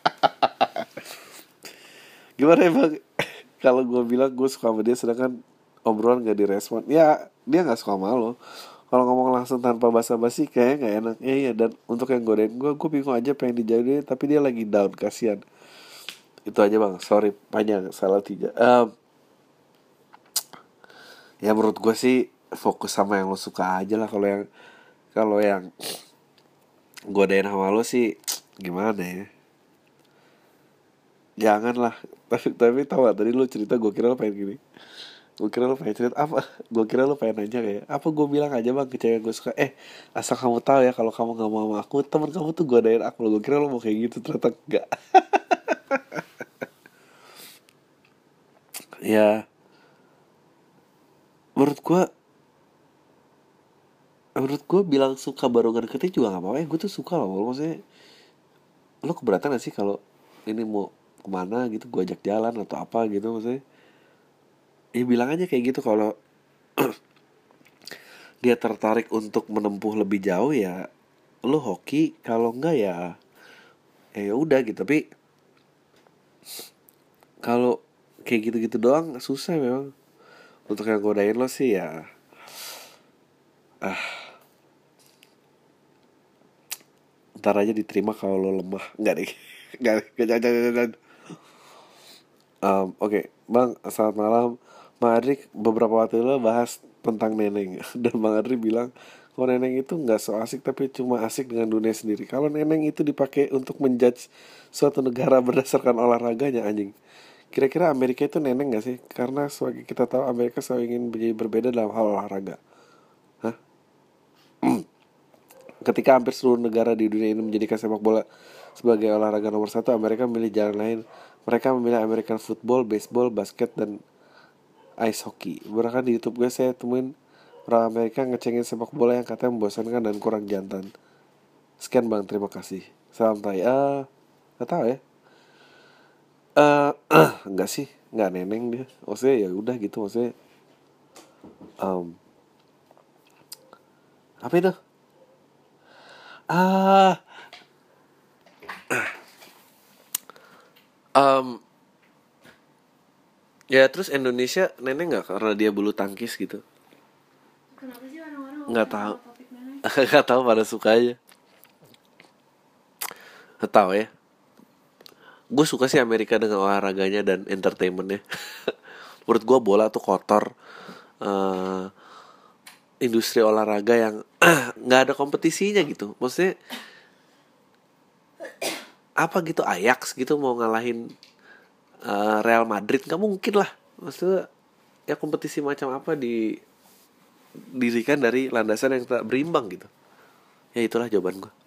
Gimana ya bang? Kalau gue bilang gue suka sama dia sedangkan obrolan gak direspon, ya dia gak suka sama lo. Kalau ngomong langsung tanpa basa-basi kayaknya gak enak. Ya iya, dan untuk yang godain gue, gue bingung aja pengen dijauhin, tapi dia lagi down, kasihan. Itu aja bang, sorry panjang, salah tiga. um, Ya menurut gue sih fokus sama yang lo suka aja lah. Kalau yang kalau yang godain sama lo sih gimana ya, janganlah. Tapi tapi tahu gak tadi lo cerita, gue kira lo pengen gini, gue kira lo pengen cerita apa, gue kira lo pengen nanya kayak apa, gue bilang aja bang ke cewek gue suka, eh asal kamu tahu ya kalau kamu nggak mau sama aku, teman kamu tuh godain aku. Lo gue kira lo mau kayak gitu, ternyata enggak. Ya menurut gue menurut gue bilang suka baru ngedeketin juga nggak apa-apa ya. Gue tuh suka loh, maksudnya lo keberatan gak sih kalau ini mau kemana gitu, gue ajak jalan atau apa gitu, maksudnya ya bilang aja kayak gitu. Kalau dia tertarik untuk menempuh lebih jauh ya lo hoki, kalau enggak ya ya udah gitu. Tapi kalau kayak gitu-gitu doang susah memang. Untuk yang godain lo sih ya ah ntar aja diterima kalau lo lemah. Enggak deh. Enggak, jangan jangan jangan. Um, Oke, okay. Bang, selamat malam. Bang Adri beberapa waktu lalu bahas tentang neneng. Dan Bang Adri bilang kalau neneng itu gak so asik, tapi cuma asik dengan dunia sendiri. Kalau neneng itu dipakai untuk menjudge suatu negara berdasarkan olahraganya, anjing. Kira-kira Amerika itu neneng gak sih? Karena sebagai kita tahu Amerika selalu ingin menjadi berbeda dalam hal olahraga. Hah? Ketika hampir seluruh negara di dunia ini menjadikan sepak bola sebagai olahraga nomor satu, Amerika memilih jalan lain. Mereka memilih American football, baseball, basket, dan ice hockey. Bahkan di YouTube gue saya temuin orang Amerika ngecengin sepak bola yang katanya membosankan dan kurang jantan. Sekian bang, terima kasih. Salam tai. Ah, nggak tahu ya. Eh, uh, enggak sih, nggak neneng dia. Maksudnya ya udah gitu, maksudnya. Um, apa itu? Ah, um, ya terus Indonesia neneng nggak karena dia bulu tangkis gitu? Kenapa sih orang-orang Nggak ngomongin tahu. soal topik nenek? Nggak tahu pada suka aja. Nggak tahu ya. Gue suka sih Amerika dengan olahraganya dan entertainmentnya. Menurut gue bola tuh kotor. Uh, industri olahraga yang nggak ada kompetisinya gitu. Maksudnya apa gitu Ajax gitu mau ngalahin uh, Real Madrid, nggak mungkin lah. Maksudnya ya kompetisi macam apa di dirikan dari landasan yang tak berimbang gitu. Ya itulah jawaban gue.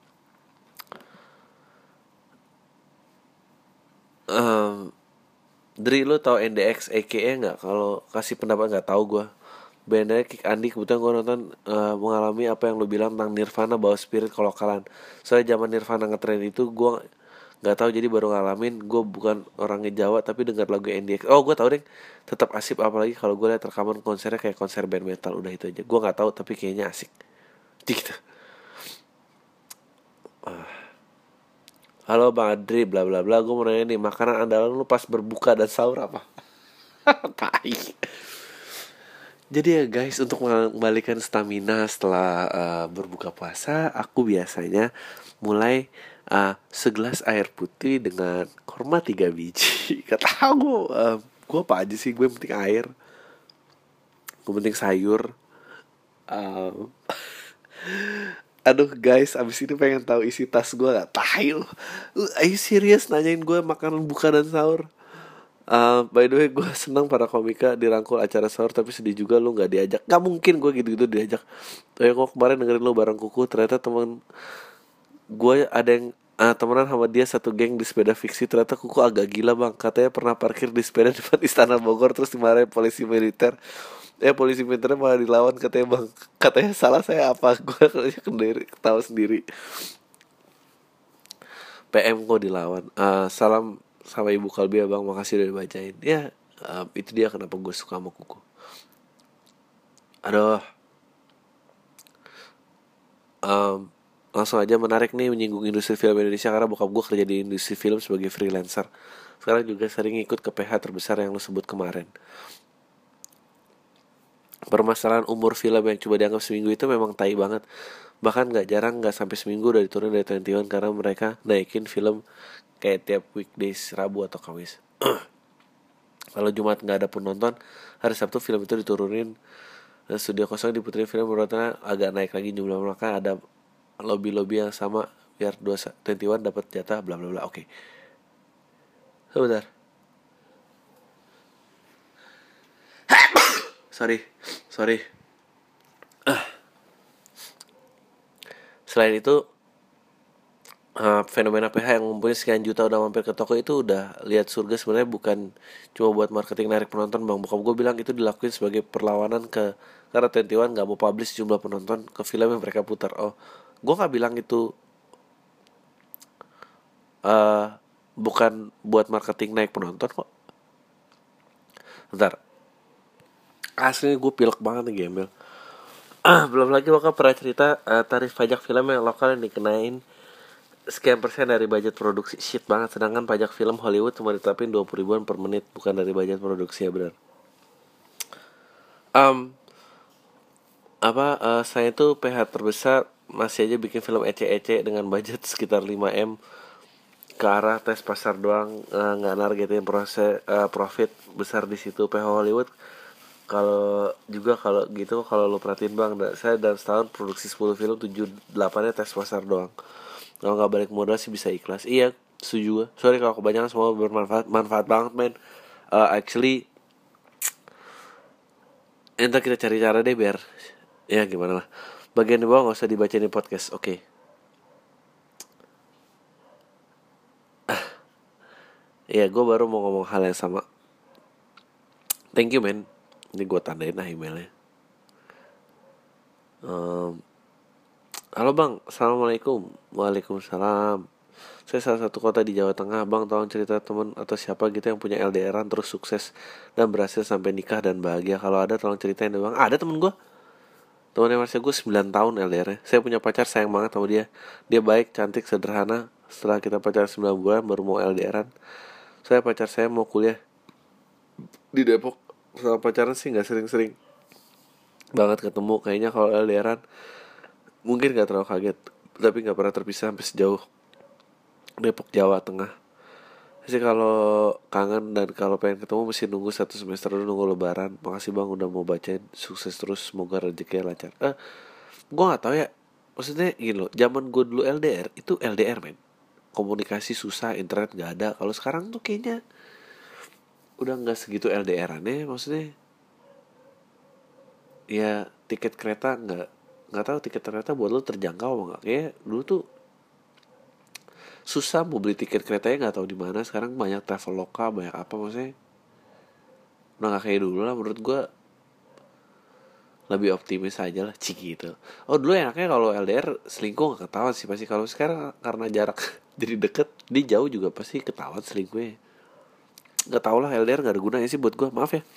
Um, Dri, lu tau N D X A K A nggak? Kalau kasih pendapat nggak tahu gue. Bandnya Kick Andi, kebetulan gue nonton uh, mengalami apa yang lu bilang tentang Nirvana bawa spirit kelokalan. Soalnya zaman Nirvana ngetren itu gue nggak tahu, jadi baru ngalamin. Gue bukan orangnya Jawa tapi dengar lagu N D X. Oh gue tahu deh, tetap asik apalagi kalau gue lihat rekaman konsernya kayak konser band metal. Udah itu aja. Gue nggak tahu tapi kayaknya asik. Gitu. Uh. Halo Bang Adri, bla bla bla. Gue mau nanya nih, makanan andalan lu pas berbuka dan sahur apa? Tai. Jadi ya guys, untuk mengembalikan stamina setelah uh, berbuka puasa, aku biasanya mulai uh, segelas air putih dengan kurma tiga biji. Gak tau gue, uh, gue apa aja sih, gue yang penting air, gue penting sayur. Uh, Aduh guys, abis ini pengen tahu isi tas gue gak? Tahu. Are you serious nanyain gue makanan buka dan sahur? Uh, by the way, gue senang para komika dirangkul acara sahur, tapi sedih juga lu gak diajak. Gak mungkin gue gitu-gitu diajak. Kayak gue kemarin dengerin lu bareng Kuku, ternyata temen gue ada yang uh, temenan sama dia satu geng di sepeda fiksi. Ternyata Kuku agak gila bang, katanya pernah parkir di sepeda depan Istana Bogor terus dimarahin polisi militer. Eh polisi militernya malah dilawan, katanya bang, katanya salah saya apa? Gue sendiri ketawa sendiri. P M kok dilawan. uh, Salam sama Ibu Kalbi ya bang, makasih udah dibacain. Ya um, itu dia kenapa gue suka sama Kuku. Aduh, um, langsung aja menarik nih menyinggung industri film Indonesia, karena bokap gue kerja di industri film sebagai freelancer. Sekarang juga sering ikut ke P H terbesar yang lo sebut kemarin. Permasalahan umur film yang coba dianggap seminggu itu memang tai banget. Bahkan gak jarang gak sampai seminggu udah diturunin dari dua puluh satu, karena mereka naikin film kayak tiap weekdays, Rabu atau Kamis. Kalau Jumat gak ada penonton, hari Sabtu film itu diturunin. Studio kosong diputerin film, menurutnya agak naik lagi jumlah, maka ada lobby-lobby yang sama biar dua puluh satu dapat jatah bla bla bla. Oke. Sebentar. Sorry. Sorry. Uh. Selain itu, Uh, fenomena P H yang mempunyai sekian juta udah mampir ke toko itu udah lihat surga sebenarnya bukan cuma buat marketing narik penonton bang. Bokap gue bilang itu dilakuin sebagai perlawanan ke, karena dua puluh satu gak mau publish jumlah penonton ke film yang mereka putar. Oh, gue gak bilang itu uh, bukan buat marketing naik penonton kok. Bentar, aslinya gue pilek banget nih gembel. uh, Belum lagi bakal pernah cerita uh, tarif pajak film yang lokal yang dikenain sekian persen dari budget produksi. Shit banget. Sedangkan pajak film Hollywood cuma ditetapin dua puluh ribuan per menit, bukan dari budget produksi ya, benar. Um, apa uh, saya itu P H terbesar masih aja bikin film ece-ece dengan budget sekitar lima M, ke arah tes pasar doang, uh, nggak nargetin proses uh, profit besar di situ. P H Hollywood kalau juga kalau gitu, kalau lo perhatiin bang, saya dalam setahun produksi sepuluh film, tujuh delapan nya tes pasar doang. Kalau nggak balik modal sih bisa ikhlas. Iya, setuju gue. Sorry kalau kebanyakan, semua bermanfaat, manfaat banget men. Uh, actually, entar kita cari cara deh biar, ya gimana lah. Bagian di bawah nggak usah dibacain di podcast, oke? Okay. Ya gue baru mau ngomong hal yang sama. Thank you man. Ini gue tandain lah emailnya. um, Halo bang, assalamualaikum. Waalaikumsalam. Saya salah satu kota di Jawa Tengah. Bang tolong cerita teman atau siapa gitu yang punya L D R-an terus sukses dan berhasil sampai nikah dan bahagia. Kalau ada tolong ceritain deh bang. Ada temen gue, temennya Marsha, gue sembilan tahun L D R-nya. Saya punya pacar, sayang banget sama dia. Dia baik, cantik, sederhana. Setelah kita pacaran sembilan bulan baru mau L D R-an. Saya pacar saya mau kuliah di Depok. Setelah pacaran sih gak sering-sering banget ketemu. Kayaknya kalau L D R-an mungkin gak terlalu kaget, tapi gak pernah terpisah sampai sejauh Depok, Jawa Tengah. Jadi kalau kangen dan kalau pengen ketemu mesti nunggu satu semester dulu, nunggu lebaran. Makasih bang udah mau bacain. Sukses terus, semoga rezekinya lancar. Eh, gue gak tahu ya. Maksudnya gini loh, zaman gue dulu L D R itu L D R men. Komunikasi susah, internet gak ada. Kalau sekarang tuh kayaknya udah gak segitu L D R-annya. Maksudnya ya tiket kereta gak nggak tahu tiket kereta buat lo terjangkau apa nggak. Kayak dulu tuh susah mau beli tiket keretanya, nggak tahu di mana. Sekarang banyak Traveloka, banyak apa, maksudnya udah nggak kayak dulu lah. Menurut gue lebih optimis aja lah, cik gitu. Oh dulu enaknya kalau L D R selingkuh nggak ketahuan sih pasti. Kalau sekarang karena jarak jadi deket, dia jauh juga pasti ketahuan selingkuhnya. Nggak tahu lah, L D R nggak ada gunanya sih buat gue, maaf ya.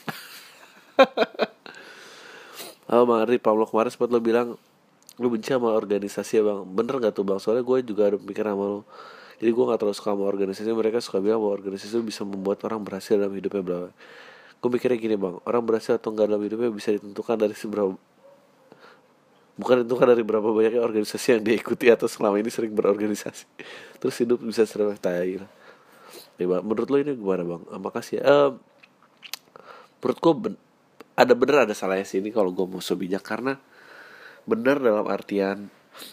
Oh Bang Ardi, Pablo kemarin sempat lo bilang lu benci sama organisasi ya bang. Bener gak tuh bang? Soalnya gue juga ada pikir sama lo. Jadi gue gak terlalu suka sama organisasi. Mereka suka bilang bahwa organisasi itu bisa membuat orang berhasil dalam hidupnya berapa. Gue mikirnya gini bang, orang berhasil atau enggak dalam hidupnya bisa ditentukan dari seberapa, bukan ditentukan dari berapa banyaknya organisasi yang dia ikuti atau selama ini sering berorganisasi. Terus hidup bisa serba tai lah. Ya, bang, menurut lo ini gimana bang? Ah, makasih ya. Um, menurut gue ben- ada bener ada salahnya sih ini kalau gue mau sebijak. Karena bener dalam artian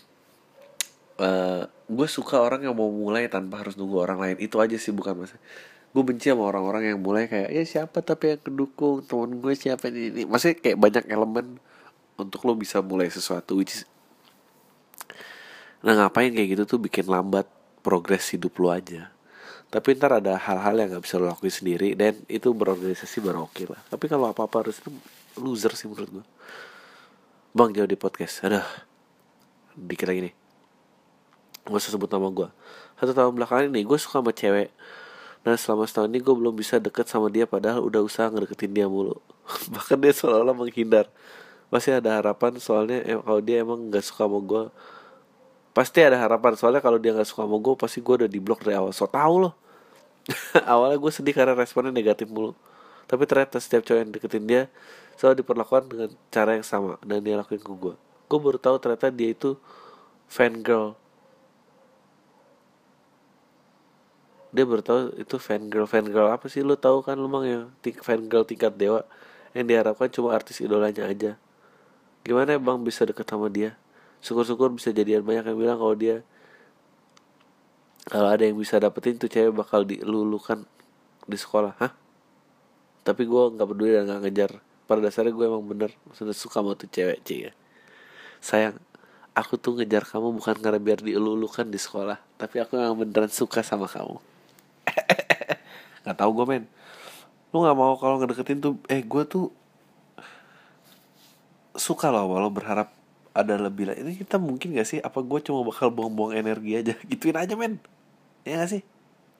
uh, gue suka orang yang mau mulai tanpa harus nunggu orang lain. Itu aja sih, bukan masalah. Gue benci sama orang-orang yang mulai kayak ya siapa tapi yang kedukung, temen gue siapa ini, ini. Maksudnya kayak banyak elemen untuk lo bisa mulai sesuatu, which is, nah ngapain kayak gitu tuh bikin lambat progres hidup lo aja. Tapi ntar ada hal-hal yang gak bisa lo lakuin sendiri, dan itu berorganisasi baru oke lah. Tapi kalau apa-apa harus loser sih menurut gue. Bang jauh di podcast, aduh, dikit lagi nih. Gak usah sebut nama gue. Satu tahun belakangan ini gue suka sama cewek. Nah selama setahun ini gue belum bisa deket sama dia, padahal udah usaha ngedeketin dia mulu. Bahkan dia seolah-olah menghindar. Masih ada harapan soalnya em- kalau dia emang gak suka sama gue. Pasti ada harapan soalnya kalau dia gak suka sama gue, pasti gue udah diblok dari awal. So tau loh. Awalnya gue sedih karena responnya negatif mulu. Tapi ternyata setiap cowok yang deketin dia selalu diperlakukan dengan cara yang sama, dan dia lakuin ke gue. Gue baru tahu ternyata dia itu fangirl. Dia baru tahu itu fangirl. Fangirl apa sih? Lu tahu kan lu bang ya, Tik- fangirl tingkat dewa yang diharapkan cuma artis idolanya aja. Gimana ya bang bisa deket sama dia? Syukur-syukur bisa jadian. Banyak yang bilang kalau dia, kalau ada yang bisa dapetin tuh cewek bakal dilulukan di sekolah. Hah? Tapi gue nggak peduli dan nggak ngejar. Pada dasarnya gue emang bener sudah suka sama tuh cewek, cie. Sayang, aku tuh ngejar kamu bukan karena biar dilulukan di sekolah, tapi aku emang beneran suka sama kamu. Nggak tahu gue men. Lu nggak mau kalau ngedeketin tuh, eh gue tuh suka loh walau berharap ada lebih lah. Ini kita mungkin gak sih? Apa gue cuma bakal buang-buang energi aja? Gituin aja men. Ya gak sih?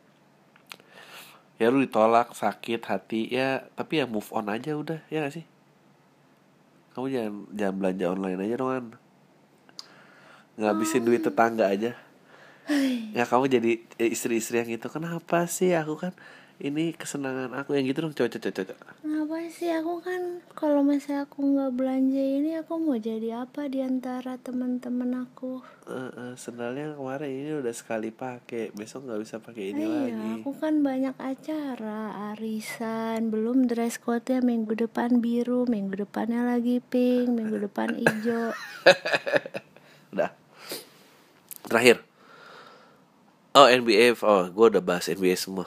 Ya lu ditolak, sakit hati ya, tapi ya move on aja udah. Ya gak sih? Kamu jangan jangan belanja online aja dong kan. Ngabisin duit tetangga aja. Ya kamu jadi istri-istri yang itu. Kenapa sih? Aku kan ini kesenangan aku yang gitu dong. Coba coba coba. Kenapa sih aku kan kalau misalnya aku nggak belanja ini aku mau jadi apa di antara teman-teman aku? Uh, uh, sendalnya kemarin ini udah sekali pakai, besok nggak bisa pakai ini Iya, lagi. aku kan banyak acara, arisan, belum dress code-nya minggu depan biru, minggu depannya lagi pink, minggu depan hijau. Udah. Terakhir. Oh N B A, oh gue udah bahas N B A semua.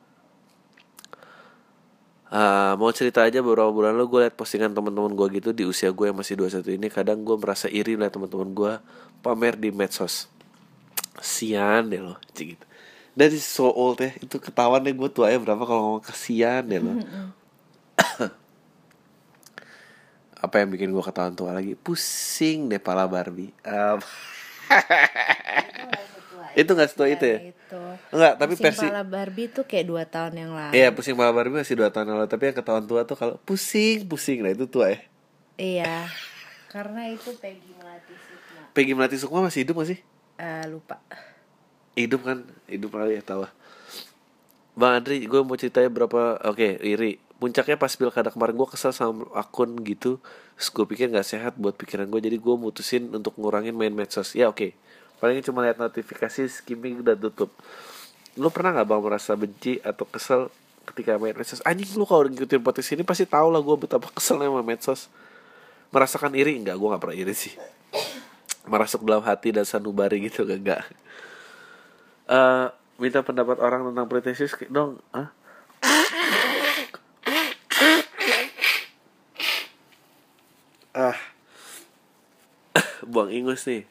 Uh, mau cerita aja beberapa bulan lalu gue liat postingan teman-teman gue gitu di usia gue yang masih dua puluh satu ini. Kadang gue merasa iri liat teman-teman gue pamer di medsos. Sian deh lo, cik gitu. That is so old ya. Itu ketahuan deh gue tuanya berapa kalau ngomong kasihan deh lo. Apa yang bikin gue ketahuan tua lagi? Pusing deh pala Barbie. Um, itu nggak setua itu ya? Itu. Enggak, tapi Pusing versi Pala Barbie tuh kayak dua tahun yang lalu. iya, pusing pala Barbie masih dua tahun lalu. Tapi yang ketahuan tua tuh kalau pusing pusing, nah itu tua ya. Iya. Karena itu Peggy Melati Sukma. Peggy Melati Sukma masih hidup masih? Eh, lupa. Hidup kan, hidup kali ya, tahu lah. Bang Andri, gue mau ceritanya berapa. Oke, iri. Puncaknya pas pilkada kemarin gue kesel sama akun gitu. Terus gue pikir gak sehat buat pikiran gue. Jadi gue mutusin untuk ngurangin main medsos. Ya oke, paling cuma lihat notifikasi, skimming, dan tutup. Lu pernah gak bang merasa benci atau kesel ketika main medsos? Anjing, lu kalau ngikutin podcast ini pasti tau lah gue betapa keselnya sama medsos. Merasakan iri? Enggak, gue gak pernah iri sih. Merasuk dalam hati dan sanubari gitu, enggak. Uh, minta pendapat orang tentang pretentious dong. Hah? Ah, buang ingus nih.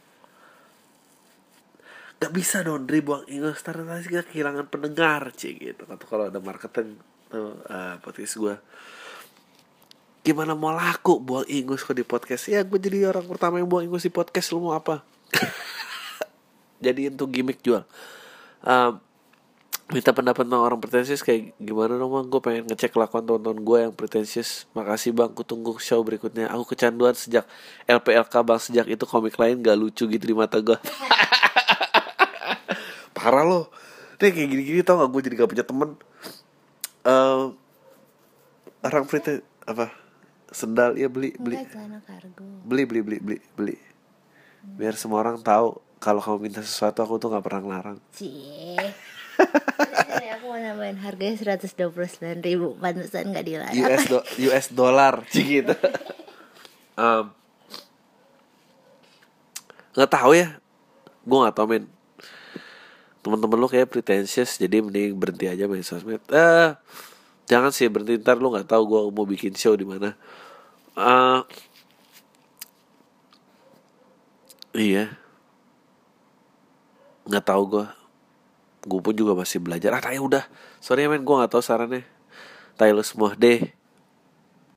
Gak bisa dong Dri buang ingus, ntar nanti gak kehilangan pendengar cik gitu. Atau kalau ada marketing tuh, uh, podcast gue. Gimana mau laku buang ingus kok di podcast? Ya gue jadi orang pertama yang buang ingus di podcast. Lu mau apa? Jadi itu gimmick jual. Um, minta pendapat tentang orang pretensius kayak gimana dong bang? Gue pengen ngecek kelakuan teman-teman gue yang pretensius. Makasih bang, aku tunggu show berikutnya. Aku kecanduan sejak L P L K bang. Sejak itu komik lain gak lucu gitu di mata gue. Parah loh. Nih kayak gini-gini tau gak, gue jadi gak punya temen. uh, Orang pretensius apa? Sendal ya beli beli. Enggak, celana kargo. Beli beli beli beli beli. Biar semua orang tahu kalau kamu minta sesuatu aku tuh gak pernah ngelarang. Cie. Sorry, aku mau nambahin harganya seratus dua puluh sembilan ribu. Pantesan gak dilarang. U S do, U S dollar gitu. um, Nggak tahu ya, gue nggak tahu men. Teman-teman lu kayak pretentious, jadi mending berhenti aja main sosmed. Eh, jangan sih berhenti, ntar lu nggak tahu gue mau bikin show di mana. Uh, iya, nggak tahu gue. Gue pun juga masih belajar. Ah, tayo udah. Sorry ya men, gue nggak tahu sarannya. Tayo lu semua deh.